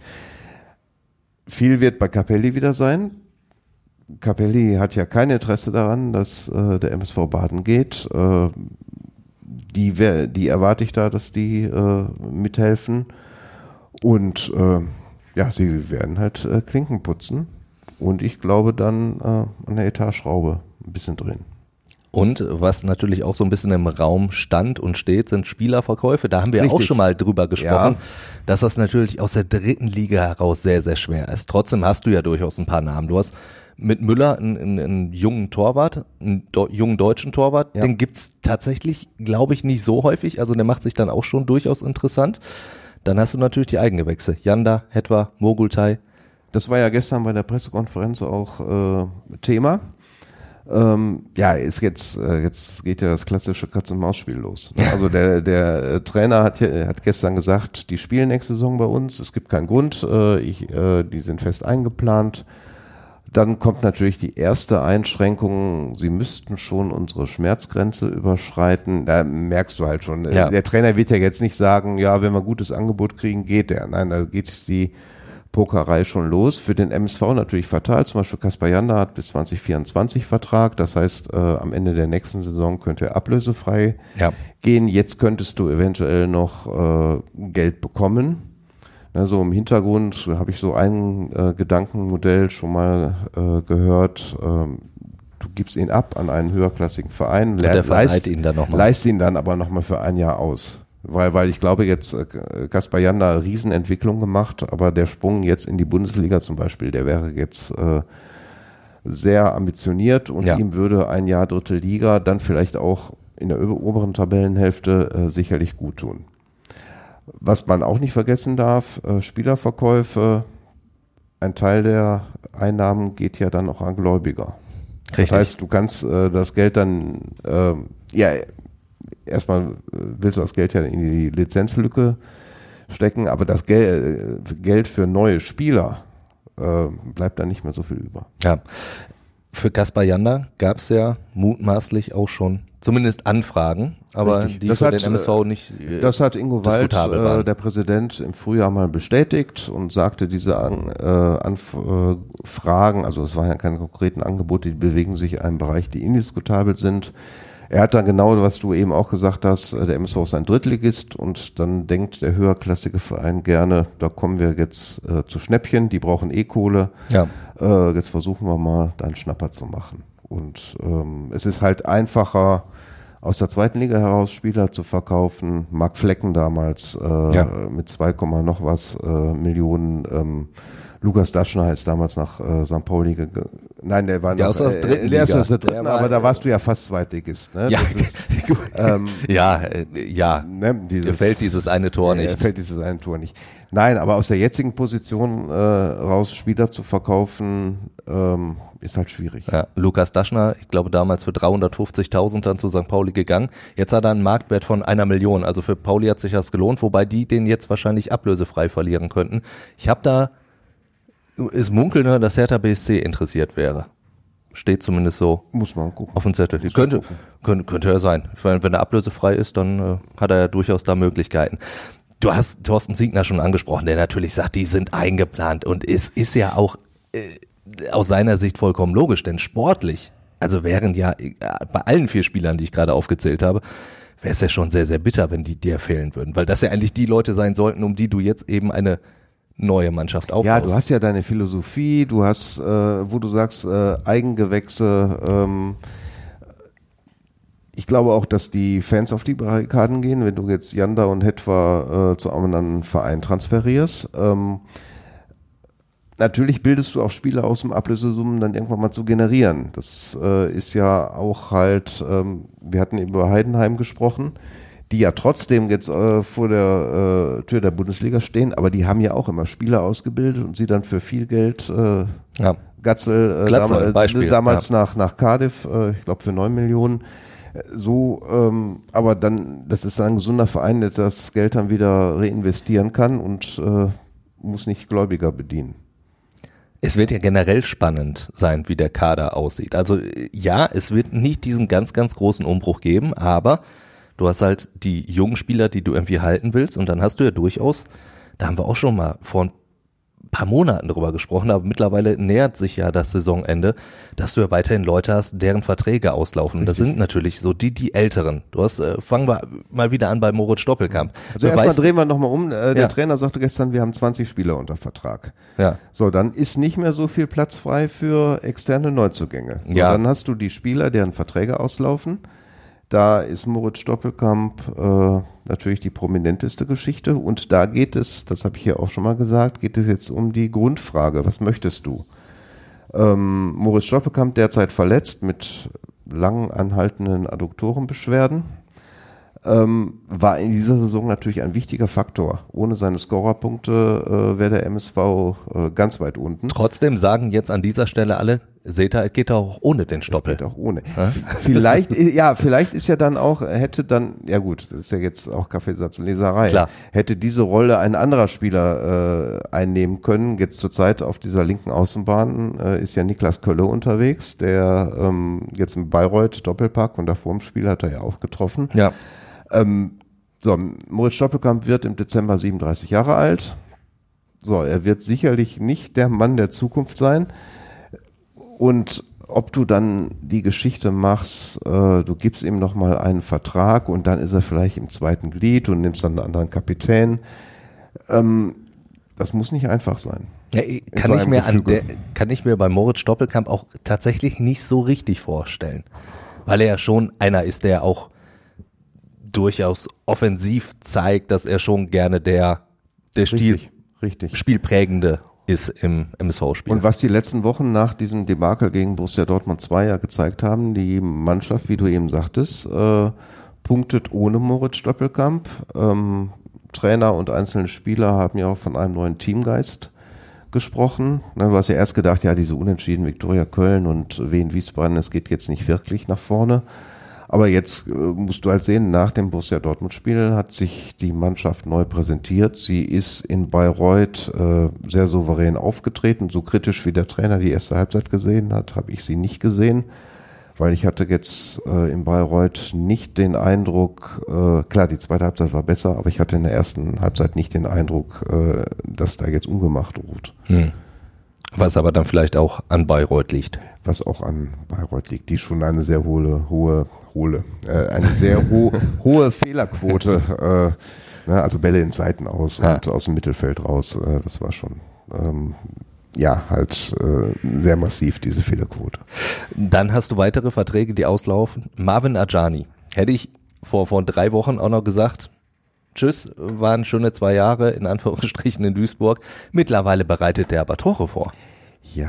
Viel wird bei Capelli wieder sein. Capelli hat ja kein Interesse daran, dass äh, der M S V baden geht. Äh, die, wer, die erwarte ich da, dass die äh, mithelfen. Und äh, ja, sie werden halt äh, Klinken putzen. Und ich glaube dann äh, an der Etatschraube ein bisschen drehen. Und was natürlich auch so ein bisschen im Raum stand und steht, sind Spielerverkäufe. Da haben wir Richtig. auch schon mal drüber gesprochen, Ja. dass das natürlich aus der dritten Liga heraus sehr, sehr schwer ist. Trotzdem hast du ja durchaus ein paar Namen. Du hast mit Müller einen, einen, einen jungen Torwart, einen do, jungen deutschen Torwart. Ja. Den gibt's tatsächlich, glaube ich, nicht so häufig. Also der macht sich dann auch schon durchaus interessant. Dann hast du natürlich die Eigengewächse. Janda, Hetwa, Mogultai. Das war ja gestern bei der Pressekonferenz auch äh, Thema. Ähm, ja, ist jetzt, äh, jetzt geht ja das klassische Katz-und-Maus-Spiel los. Also der, der äh, Trainer hat, ja- hat gestern gesagt, die spielen nächste Saison bei uns, es gibt keinen Grund, äh, ich, äh, die sind fest eingeplant. Dann kommt natürlich die erste Einschränkung, sie müssten schon unsere Schmerzgrenze überschreiten. Da merkst du halt schon, äh, Ja. der Trainer wird ja jetzt nicht sagen, ja, wenn wir ein gutes Angebot kriegen, geht der. Nein, da geht die Pokerei schon los. Für den M S V natürlich fatal. Zum Beispiel Kaspar Janda hat bis zwanzig vierundzwanzig Vertrag. Das heißt, äh, am Ende der nächsten Saison könnte er ablösefrei Ja. gehen. Jetzt könntest du eventuell noch äh, Geld bekommen. Na, so im Hintergrund habe ich so ein äh, Gedankenmodell schon mal äh, gehört. Ähm, du gibst ihn ab an einen höherklassigen Verein, Und der verleiht leist, ihn dann nochmal. leist ihn dann aber nochmal für ein Jahr aus. Weil, weil ich glaube jetzt, äh, Kaspar Janda eine Riesenentwicklung gemacht, aber der Sprung jetzt in die Bundesliga zum Beispiel, der wäre jetzt äh, sehr ambitioniert und Ja. ihm würde ein Jahr dritte Liga dann vielleicht auch in der ober- oberen Tabellenhälfte äh, sicherlich gut tun. Was man auch nicht vergessen darf, äh, Spielerverkäufe, ein Teil der Einnahmen geht ja dann auch an Gläubiger. Richtig. Das heißt, du kannst äh, das Geld dann, äh, ja, erstmal äh, willst du das Geld ja in die Lizenzlücke stecken, aber das Gel äh, Geld für neue Spieler äh, bleibt dann nicht mehr so viel über. Ja. Für Kaspar Janda gab es ja mutmaßlich auch schon zumindest Anfragen, aber Richtig. die Das für hat, den M S V nicht äh, Das hat Ingo Wald, diskutabel äh, waren. der Präsident, im Frühjahr mal bestätigt und sagte, diese An, äh, Anfragen, also es waren ja keine konkreten Angebote, die bewegen sich in einem Bereich, die indiskutabel sind. Er hat dann genau, was du eben auch gesagt hast, äh, der M S V ist ein Drittligist und dann denkt der höherklassige Verein gerne, da kommen wir jetzt äh, zu Schnäppchen, die brauchen eh Kohle, Ja. äh, jetzt versuchen wir mal, da einen Schnapper zu machen. Und ähm, es ist halt einfacher, aus der zweiten Liga heraus Spieler zu verkaufen. Marc Flecken damals äh, Ja. mit zwei, noch was äh, Millionen. Ähm, Lukas Daschner ist damals nach äh, Sankt Pauli ge Nein, der war der noch, ist aus der dritten äh, der ist Liga. aus der dritten, Der war- aber da warst du ja fast Zweitligist. Ne? Ja, Das ist, gut. ähm, ja, äh, ja. ne, Dir dieses, fällt dieses eine Tor äh, nicht. fällt dieses eine Tor nicht. Nein, aber aus der jetzigen Position äh, raus Spieler zu verkaufen, ähm, ist halt schwierig. Ja, Lukas Daschner, ich glaube damals für dreihundertfünfzigtausend dann zu Sankt Pauli gegangen. Jetzt hat er einen Marktwert von einer Million. Also für Pauli hat sich das gelohnt, wobei die den jetzt wahrscheinlich ablösefrei verlieren könnten. Ich habe da, es munkelt, dass Hertha B S C interessiert wäre. Steht zumindest so Muss man gucken. auf dem Zettel. Muss Könnte, man gucken. könnte, könnte ja sein. Wenn, wenn er ablösefrei ist, dann äh, hat er ja durchaus da Möglichkeiten. Du hast Thorsten Siegner schon angesprochen, der natürlich sagt, die sind eingeplant. Und es ist ja auch äh, aus seiner Sicht vollkommen logisch, denn sportlich, also wären ja äh, bei allen vier Spielern, die ich gerade aufgezählt habe, wäre es ja schon sehr, sehr bitter, wenn die dir fehlen würden. Weil das ja eigentlich die Leute sein sollten, um die du jetzt eben eine neue Mannschaft aufbaust. Ja, du hast ja deine Philosophie, du hast, äh, wo du sagst, äh, Eigengewächse. Ähm, ich glaube auch, dass die Fans auf die Barrikaden gehen, wenn du jetzt Janda und Hetwa äh, zu einem anderen Verein transferierst. Ähm, natürlich bildest du auch Spieler aus, um Ablösesummen dann irgendwann mal zu generieren. Das äh, ist ja auch halt, ähm, wir hatten eben über Heidenheim gesprochen, die ja trotzdem jetzt äh, vor der äh, Tür der Bundesliga stehen, aber die haben ja auch immer Spieler ausgebildet und sie dann für viel Geld, äh, ja. Gatzel, äh, Glatzel, dam Beispiel, damals ja. nach, nach Cardiff, äh, ich glaube für neun Millionen, äh, so, ähm, aber dann, das ist dann ein gesunder Verein, der das Geld dann wieder reinvestieren kann und äh, muss nicht Gläubiger bedienen. Es wird ja generell spannend sein, wie der Kader aussieht. Also ja, es wird nicht diesen ganz, ganz großen Umbruch geben, aber du hast halt die jungen Spieler, die du irgendwie halten willst, und dann hast du ja durchaus, da haben wir auch schon mal vor ein paar Monaten drüber gesprochen, aber mittlerweile nähert sich ja das Saisonende, dass du ja weiterhin Leute hast, deren Verträge auslaufen. Und das sind natürlich so die, die Älteren. Du hast, äh, fangen wir mal wieder an bei Moritz Stoppelkamp. Also Du erstmal weißt- drehen wir nochmal um. Äh, der Ja. Trainer sagte gestern, wir haben zwanzig Spieler unter Vertrag. Ja. So, dann ist nicht mehr so viel Platz frei für externe Neuzugänge. So, Ja. Dann hast du die Spieler, deren Verträge auslaufen. Da ist Moritz Stoppelkamp äh, natürlich die prominenteste Geschichte. Und da geht es, das habe ich hier auch schon mal gesagt, geht es jetzt um die Grundfrage. Was möchtest du? Ähm, Moritz Stoppelkamp derzeit verletzt mit lang anhaltenden Adduktorenbeschwerden. Ähm, war in dieser Saison natürlich ein wichtiger Faktor. Ohne seine Scorerpunkte äh, wäre der M S V äh, ganz weit unten. Trotzdem sagen jetzt an dieser Stelle alle, seht ihr, es geht auch ohne den Stoppel. Das geht auch ohne. Vielleicht, ja, vielleicht ist ja dann auch, hätte dann, ja gut, das ist ja jetzt auch Kaffeesatzleserei. Klar. Hätte diese Rolle ein anderer Spieler äh, einnehmen können. Jetzt zurzeit auf dieser linken Außenbahn äh, ist ja Niklas Kölle unterwegs, der ähm, jetzt im Bayreuth Doppelpack und davor im Spiel hat er ja auch getroffen. Ja. Ähm, so, Moritz Stoppelkamp wird im Dezember siebenunddreißig Jahre alt. So, er wird sicherlich nicht der Mann der Zukunft sein. Und ob du dann die Geschichte machst, äh, du gibst ihm nochmal einen Vertrag und dann ist er vielleicht im zweiten Glied und nimmst dann einen anderen Kapitän. Ähm, das muss nicht einfach sein. Ja, kann so ich einem mir an Gefüge. der, kann ich mir bei Moritz Stoppelkamp auch tatsächlich nicht so richtig vorstellen. Weil er ja schon einer ist, der auch durchaus offensiv zeigt, dass er schon gerne der, der Stil, Richtig, richtig. Spielprägende ist im M S V-Spiel. Und was die letzten Wochen nach diesem Debakel gegen Borussia Dortmund zwei ja gezeigt haben, die Mannschaft, wie du eben sagtest, äh, punktet ohne Moritz Stoppelkamp. Ähm, Trainer und einzelne Spieler haben ja auch von einem neuen Teamgeist gesprochen. Na, du hast ja erst gedacht, ja, diese Unentschieden Viktoria Köln und Wien Wiesbaden, es geht jetzt nicht wirklich nach vorne. Aber jetzt äh, musst du halt sehen, nach dem Borussia Dortmund-Spiel hat sich die Mannschaft neu präsentiert. Sie ist in Bayreuth äh, sehr souverän aufgetreten. So kritisch wie der Trainer die erste Halbzeit gesehen hat, habe ich sie nicht gesehen. Weil ich hatte jetzt äh, in Bayreuth nicht den Eindruck, äh, klar, die zweite Halbzeit war besser, aber ich hatte in der ersten Halbzeit nicht den Eindruck, äh, dass da jetzt Ungemacht ruht. Hm. Was aber dann vielleicht auch an Bayreuth liegt. Was auch an Bayreuth liegt, die schon eine sehr hohe, hohe, hohe, äh, eine sehr ho hohe Fehlerquote, äh, ne, also Bälle in Seiten aus Ja. und aus dem Mittelfeld raus, äh, das war schon, ähm, ja, halt äh, sehr massiv, diese Fehlerquote. Dann hast du weitere Verträge, die auslaufen. Marvin Ajani. Hätte ich vor, vor drei Wochen auch noch gesagt, tschüss, waren schöne zwei Jahre in Anführungsstrichen in Duisburg. Mittlerweile bereitet der aber Tore vor. Ja,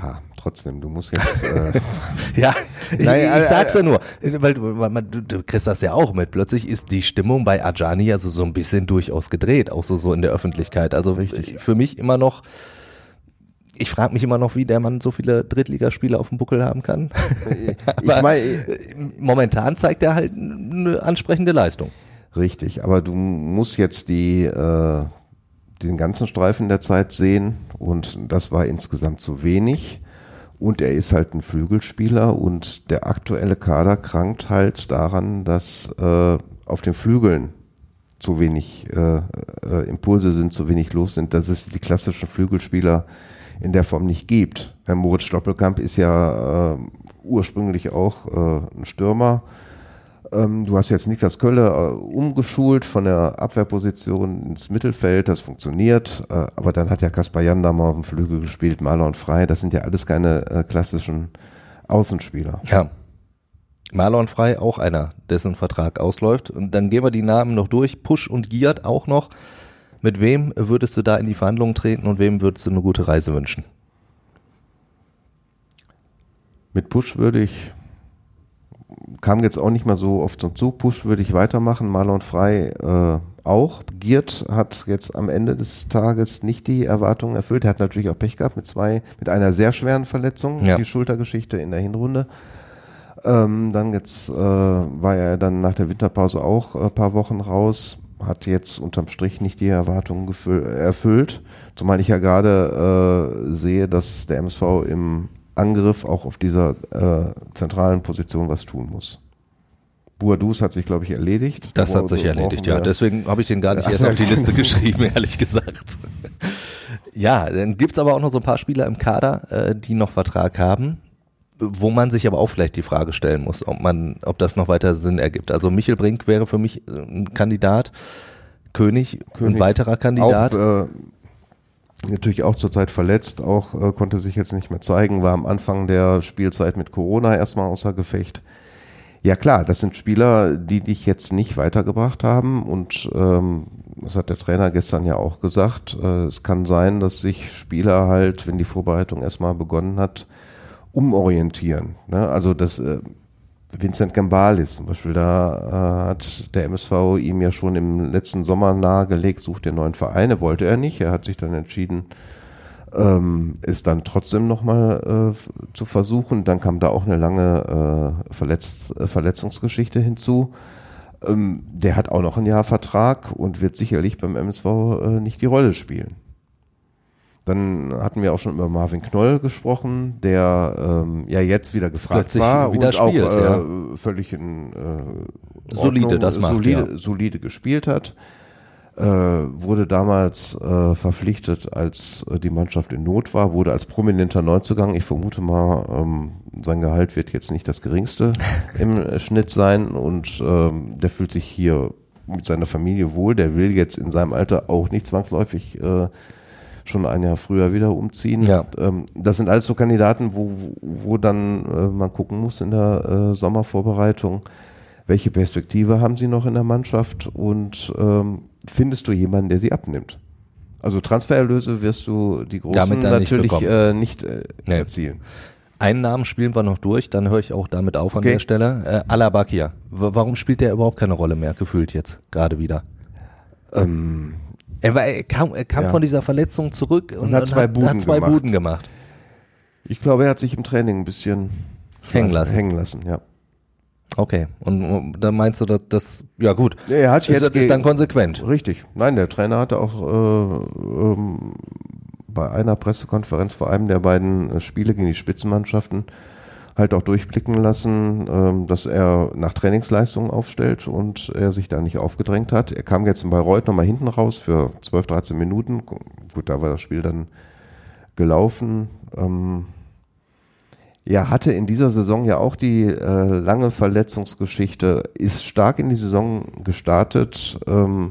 trotzdem. Du musst jetzt. Äh, ja, ich, Nein, ich äh, sag's ja nur, weil du, weil man, du, du kriegst das ja auch mit. Plötzlich ist die Stimmung bei Adjani also so ein bisschen durchaus gedreht, auch so, so in der Öffentlichkeit. Also Richtig. Für mich immer noch. Ich frage mich immer noch, wie der Mann so viele Drittligaspiele auf dem Buckel haben kann. ich meine, momentan zeigt er halt eine ansprechende Leistung. Richtig, aber du musst jetzt die äh, den ganzen Streifen der Zeit sehen und das war insgesamt zu wenig und er ist halt ein Flügelspieler und der aktuelle Kader krankt halt daran, dass äh, auf den Flügeln zu wenig äh, äh, Impulse sind, zu wenig los sind, dass es die klassischen Flügelspieler in der Form nicht gibt. Herr Moritz Stoppelkamp ist ja äh, ursprünglich auch äh, ein Stürmer. Ähm, du hast jetzt Niklas Kölle äh, umgeschult von der Abwehrposition ins Mittelfeld, das funktioniert, äh, aber dann hat ja Kaspar Janda mal auf dem Flügel gespielt, Marlon Frey, das sind ja alles keine äh, klassischen Außenspieler. Ja. Marlon Frey auch einer, dessen Vertrag ausläuft. Und dann gehen wir die Namen noch durch. Pusch und Giert auch noch. Mit wem würdest du da in die Verhandlungen treten und wem würdest du eine gute Reise wünschen? Mit Pusch würde ich, kam jetzt auch nicht mal so oft zum Zug, Pusch würde ich weitermachen, Marlon Frey äh, auch. Giert hat jetzt am Ende des Tages nicht die Erwartungen erfüllt. Er hat natürlich auch Pech gehabt mit zwei, mit einer sehr schweren Verletzung, ja. Die Schultergeschichte in der Hinrunde. Ähm, dann jetzt äh, war er dann nach der Winterpause auch ein paar Wochen raus. Hat jetzt unterm Strich nicht die Erwartungen gefü- erfüllt, zumal ich ja gerade äh, sehe, dass der M S V im Angriff auch auf dieser äh, zentralen Position was tun muss. Boadus hat sich, glaube ich, erledigt. Das Wo, hat sich erledigt, ja. Deswegen habe ich den gar nicht Ach, erst auf die Liste geschrieben, ehrlich gesagt. Ja, dann gibt's aber auch noch so ein paar Spieler im Kader, äh, die noch Vertrag haben, wo man sich aber auch vielleicht die Frage stellen muss, ob man, ob das noch weiter Sinn ergibt. Also Michel Brink wäre für mich ein Kandidat, König, König ein weiterer Kandidat. Auch, äh, natürlich auch zurzeit verletzt, auch äh, konnte sich jetzt nicht mehr zeigen, war am Anfang der Spielzeit mit Corona erstmal außer Gefecht. Ja klar, das sind Spieler, die dich jetzt nicht weitergebracht haben und ähm, das hat der Trainer gestern ja auch gesagt, äh, es kann sein, dass sich Spieler halt, wenn die Vorbereitung erstmal begonnen hat, umorientieren. Ne? Also das äh, Vincent Gambalis zum Beispiel, da äh, hat der M S V ihm ja schon im letzten Sommer nahegelegt, sucht den neuen Verein, wollte er nicht, er hat sich dann entschieden, ähm, es dann trotzdem nochmal äh, zu versuchen, dann kam da auch eine lange äh, Verletz- äh, Verletzungsgeschichte hinzu. Ähm, der hat auch noch ein Jahr Vertrag und wird sicherlich beim M S V äh, nicht die Rolle spielen. Dann hatten wir auch schon über Marvin Knoll gesprochen, der ähm, ja jetzt wieder gefragt Plötzlich war wieder und spielt, auch äh, ja. völlig in äh, Solide Ordnung, das macht, solide, ja. solide gespielt hat. Äh, wurde damals äh, verpflichtet, als äh, die Mannschaft in Not war, wurde als prominenter Neuzugang. Ich vermute mal, ähm, sein Gehalt wird jetzt nicht das geringste im äh, Schnitt sein und ähm, der fühlt sich hier mit seiner Familie wohl. Der will jetzt in seinem Alter auch nicht zwangsläufig äh, schon ein Jahr früher wieder umziehen. Ja. Ähm, das sind alles so Kandidaten, wo, wo, wo dann äh, man gucken muss in der äh, Sommervorbereitung, welche Perspektive haben sie noch in der Mannschaft und ähm, findest du jemanden, der sie abnimmt? Also Transfererlöse wirst du die großen Damit dann nicht natürlich bekommen. äh, nicht äh, Nee. erzielen. Einen Namen spielen wir noch durch, dann höre ich auch damit auf an Okay. der Stelle. Äh, Alabakia. W- warum spielt der überhaupt keine Rolle mehr, gefühlt jetzt, gerade wieder? Ähm, Er, war, er kam, er kam Ja. von dieser Verletzung zurück und, Und hat zwei Buden hat zwei gemacht. Buden gemacht. ich glaube, er hat sich im Training ein bisschen Hängen lassen. Hängen lassen, ja. Okay, und, und dann meinst du, dass das, ja gut, Er hat ist, jetzt ist dann ge- konsequent. Richtig. Nein, der Trainer hatte auch äh, ähm, bei einer Pressekonferenz vor einem der beiden äh, Spiele gegen die Spitzenmannschaften halt auch durchblicken lassen, ähm, dass er nach Trainingsleistungen aufstellt und er sich da nicht aufgedrängt hat. Er kam jetzt in Bayreuth nochmal hinten raus für zwölf, dreizehn Minuten. Gut, da war das Spiel dann gelaufen. Ähm, ja, hatte in dieser Saison ja auch die äh, lange Verletzungsgeschichte, ist stark in die Saison gestartet. Ähm,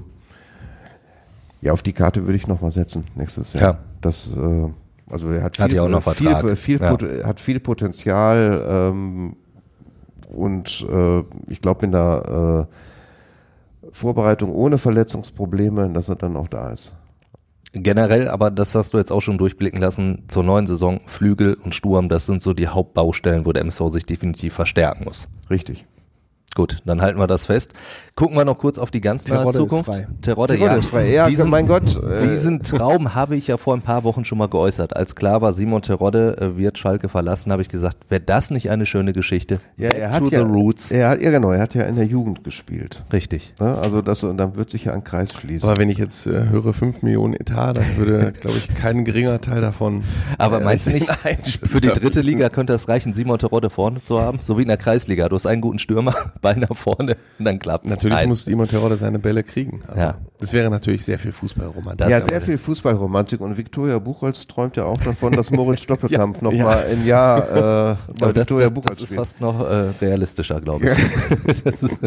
ja, auf die Karte würde ich nochmal setzen nächstes Jahr. Ja. Das, äh, also er hat, Hat viel, ja auch noch viel, Vertrag. viel, Ja. Pot- hat viel Potenzial ähm, und äh, ich glaube in der äh, Vorbereitung ohne Verletzungsprobleme, dass er dann auch da ist. Generell, aber das hast du jetzt auch schon durchblicken lassen, zur neuen Saison Flügel und Sturm, das sind so die Hauptbaustellen, wo der M S V sich definitiv verstärken muss. Richtig. Gut, dann halten wir das fest. Gucken wir noch kurz auf die ganz nahe Terodde Zukunft. ist frei. Terodde, Terodde ja. ist frei. Ja, diesen, mein Gott. Äh, Diesen Traum habe ich ja vor ein paar Wochen schon mal geäußert. Als klar war, Simon Terodde äh, wird Schalke verlassen, habe ich gesagt, wäre das nicht eine schöne Geschichte? Ja, er Back hat to ja, the roots. Er hat, ja, genau, er hat ja in der Jugend gespielt. Richtig. Ja, also das, und dann wird sich ja ein Kreis schließen. Aber wenn ich jetzt äh, höre fünf Millionen Etat, dann würde, glaube ich, kein geringer Teil davon. Aber äh, meinst du nicht, Nein, für die dritte Liga könnte es reichen, Simon Terodde vorne zu haben? So wie in der Kreisliga. Du hast einen guten Stürmer, Ball nach vorne und dann klappt's. Natürlich Nein. muss Simon Terodde seine Bälle kriegen. Also, Ja. Das wäre natürlich sehr viel Fußballromantik. Das ja, ist sehr aber- viel Fußballromantik und Viktoria Buchholz träumt ja auch davon, dass Moritz Stoppelkamp Ja, noch ja. mal ein Jahr äh, bei Aber das, Viktoria das, Buchholz das ist spielt. fast noch äh, realistischer, glaube ich. Das ist,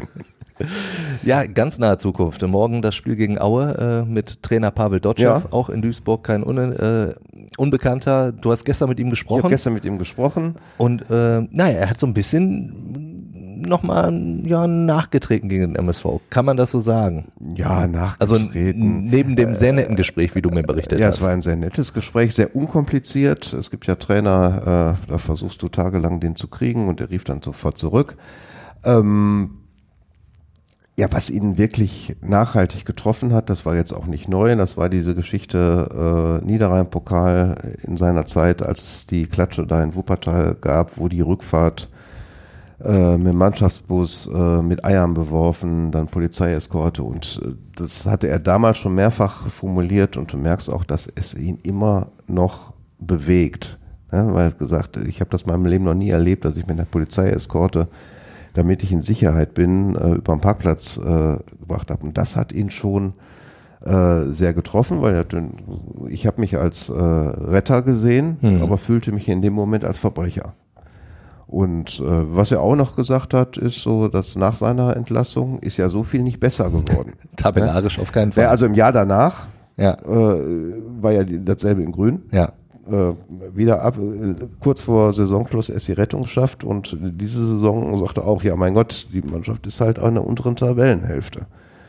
ja, ganz nahe Zukunft. Morgen das Spiel gegen Aue äh, mit Trainer Pavel Dotschew, Ja. auch in Duisburg, kein Un äh, Unbekannter. Du hast gestern mit ihm Ich habe gesprochen gestern mit ihm gesprochen. und äh, naja, er hat so ein bisschen nochmal ja, nachgetreten gegen den M S V. Kann man das so sagen? Ja, Also nachgetreten. n- neben dem sehr netten Gespräch, wie du mir berichtet Ja, hast. es war ein sehr nettes Gespräch, sehr unkompliziert. Es gibt ja Trainer, äh, da versuchst du tagelang den zu kriegen und der rief dann sofort zurück. Ähm, ja, was ihn wirklich nachhaltig getroffen hat, das war jetzt auch nicht neu, das war diese Geschichte äh, Niederrhein-Pokal in seiner Zeit, als es die Klatsche da in Wuppertal gab, wo die Rückfahrt äh, mit dem Mannschaftsbus äh, mit Eiern beworfen, dann Polizeieskorte und äh, das hatte er damals schon mehrfach formuliert und du merkst auch, dass es ihn immer noch bewegt. Ja, weil er hat gesagt, ich habe das in meinem Leben noch nie erlebt, dass ich mit einer Polizeieskorte, damit ich in Sicherheit bin, äh, über den Parkplatz äh, gebracht habe. Und das hat ihn schon äh, sehr getroffen, weil er, ich habe mich als äh, Retter gesehen, Mhm. aber fühlte mich in dem Moment als Verbrecher. Und äh, was er auch noch gesagt hat, ist so, dass nach seiner Entlassung ist ja so viel nicht besser geworden. Tabellarisch auf keinen Fall. Ja, also im Jahr danach ja, äh, war ja die, dasselbe in Grün. ja. Äh, wieder ab, äh, kurz vor Saisonschluss erst die Rettung schafft und diese Saison sagte auch, ja mein Gott, die Mannschaft ist halt an der unteren Tabellenhälfte.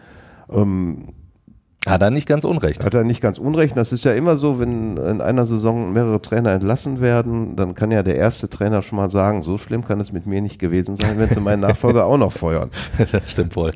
Ähm, Hat er nicht ganz unrecht. hat er nicht ganz unrecht. Das ist ja immer so, wenn in einer Saison mehrere Trainer entlassen werden, dann kann ja der erste Trainer schon mal sagen, so schlimm kann es mit mir nicht gewesen sein, wenn sie meinen Nachfolger auch noch feuern. Das stimmt wohl.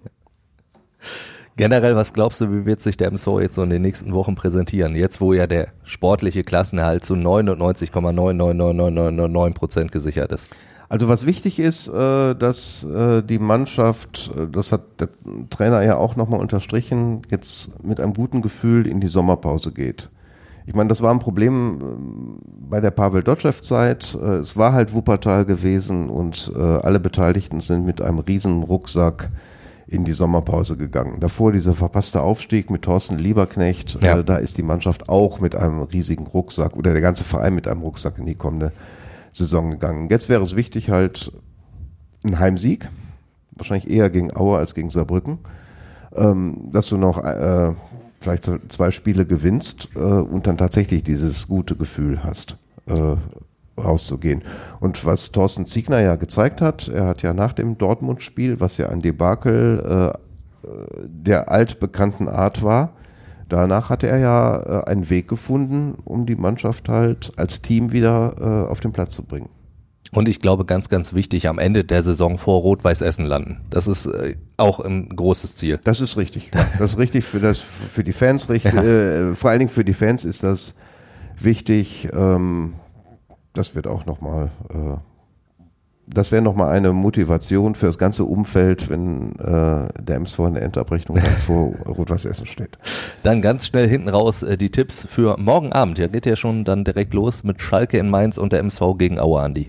Generell, was glaubst du, wie wird sich der M S V jetzt so in den nächsten Wochen präsentieren? Jetzt, wo ja der sportliche Klassenerhalt zu neunundneunzig Komma neun neun neun neun neun neun neun Prozent gesichert ist. Also was wichtig ist, äh, dass äh, die Mannschaft, äh, das hat der Trainer ja auch nochmal unterstrichen, jetzt mit einem guten Gefühl in die Sommerpause geht. Ich meine, das war ein Problem ähm, bei der Pavel Dotschew-Zeit. Äh, es war halt Wuppertal gewesen und äh, alle Beteiligten sind mit einem riesen Rucksack in die Sommerpause gegangen. Davor dieser verpasste Aufstieg mit Thorsten Lieberknecht, Ja. äh, da ist die Mannschaft auch mit einem riesigen Rucksack oder der ganze Verein mit einem Rucksack in die kommende Saison gegangen. Jetzt wäre es wichtig halt ein Heimsieg, wahrscheinlich eher gegen Aue als gegen Saarbrücken, ähm, dass du noch äh, vielleicht so zwei Spiele gewinnst äh, und dann tatsächlich dieses gute Gefühl hast, äh, rauszugehen. Und was Thorsten Ziegner ja gezeigt hat, er hat ja nach dem Dortmund-Spiel, was ja ein Debakel äh, der altbekannten Art war, danach hatte er ja äh, einen Weg gefunden, um die Mannschaft halt als Team wieder äh, auf den Platz zu bringen. Und ich glaube, ganz, ganz wichtig, am Ende der Saison vor Rot-Weiß Essen landen. Das ist äh, auch ein großes Ziel. Das ist richtig. Ja. Das ist richtig für das für die Fans richtig. Ja. Äh, vor allen Dingen für die Fans ist das wichtig. Ähm, das wird auch nochmal, äh, das wäre nochmal eine Motivation für das ganze Umfeld, wenn äh, der M S V in der Endabrechnung dann vor Rot-Weiß Essen steht. Dann ganz schnell hinten raus äh, die Tipps für morgen Abend. Ja, geht ja schon dann direkt los mit Schalke in Mainz und der M S V gegen Aue, Andi.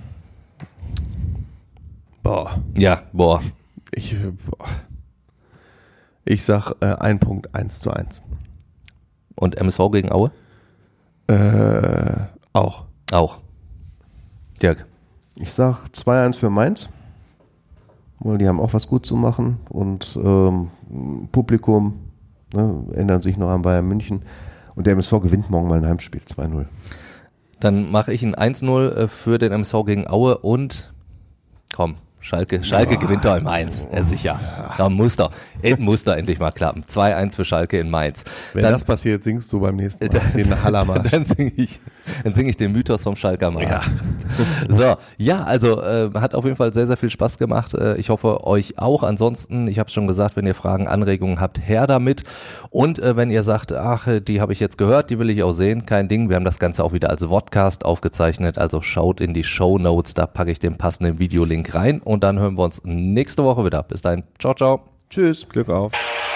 Boah. Ja, boah. Ich, boah. ich sag äh, ein Punkt eins zu eins. Und M S V gegen Aue? Äh, auch. Auch. Dirk. Ich sag zwei eins für Mainz, weil die haben auch was gut zu machen und ähm, Publikum ne, ändern sich noch an Bayern München und der M S V gewinnt morgen mal ein Heimspiel, zwei null. Dann mache ich ein eins null für den M S V gegen Aue und komm, Schalke, Schalke oh. gewinnt doch in Mainz, ja sicher. Da muss doch, muss doch endlich mal klappen. zwei eins für Schalke in Mainz. Wenn dann, das passiert, singst du beim nächsten Mal den Hallermarsch. Dann singe ich, dann singe ich den Mythos vom Schalker Marsch. Ja. So, ja, also äh, hat auf jeden Fall sehr, sehr viel Spaß gemacht. Äh, ich hoffe, euch auch. Ansonsten, ich habe es schon gesagt, wenn ihr Fragen, Anregungen habt, her damit. Und äh, wenn ihr sagt, ach, die habe ich jetzt gehört, die will ich auch sehen, kein Ding. Wir haben das Ganze auch wieder als Vodcast aufgezeichnet, also schaut in die Shownotes, da packe ich den passenden Videolink rein. Und dann hören wir uns nächste Woche wieder. Bis dahin. Ciao, ciao. Tschüss. Glück auf.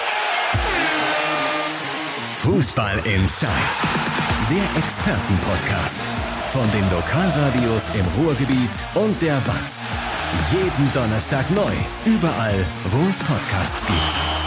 Fußball Inside. Der Expertenpodcast. Von den Lokalradios im Ruhrgebiet und der W A Z. Jeden Donnerstag neu. Überall, wo es Podcasts gibt.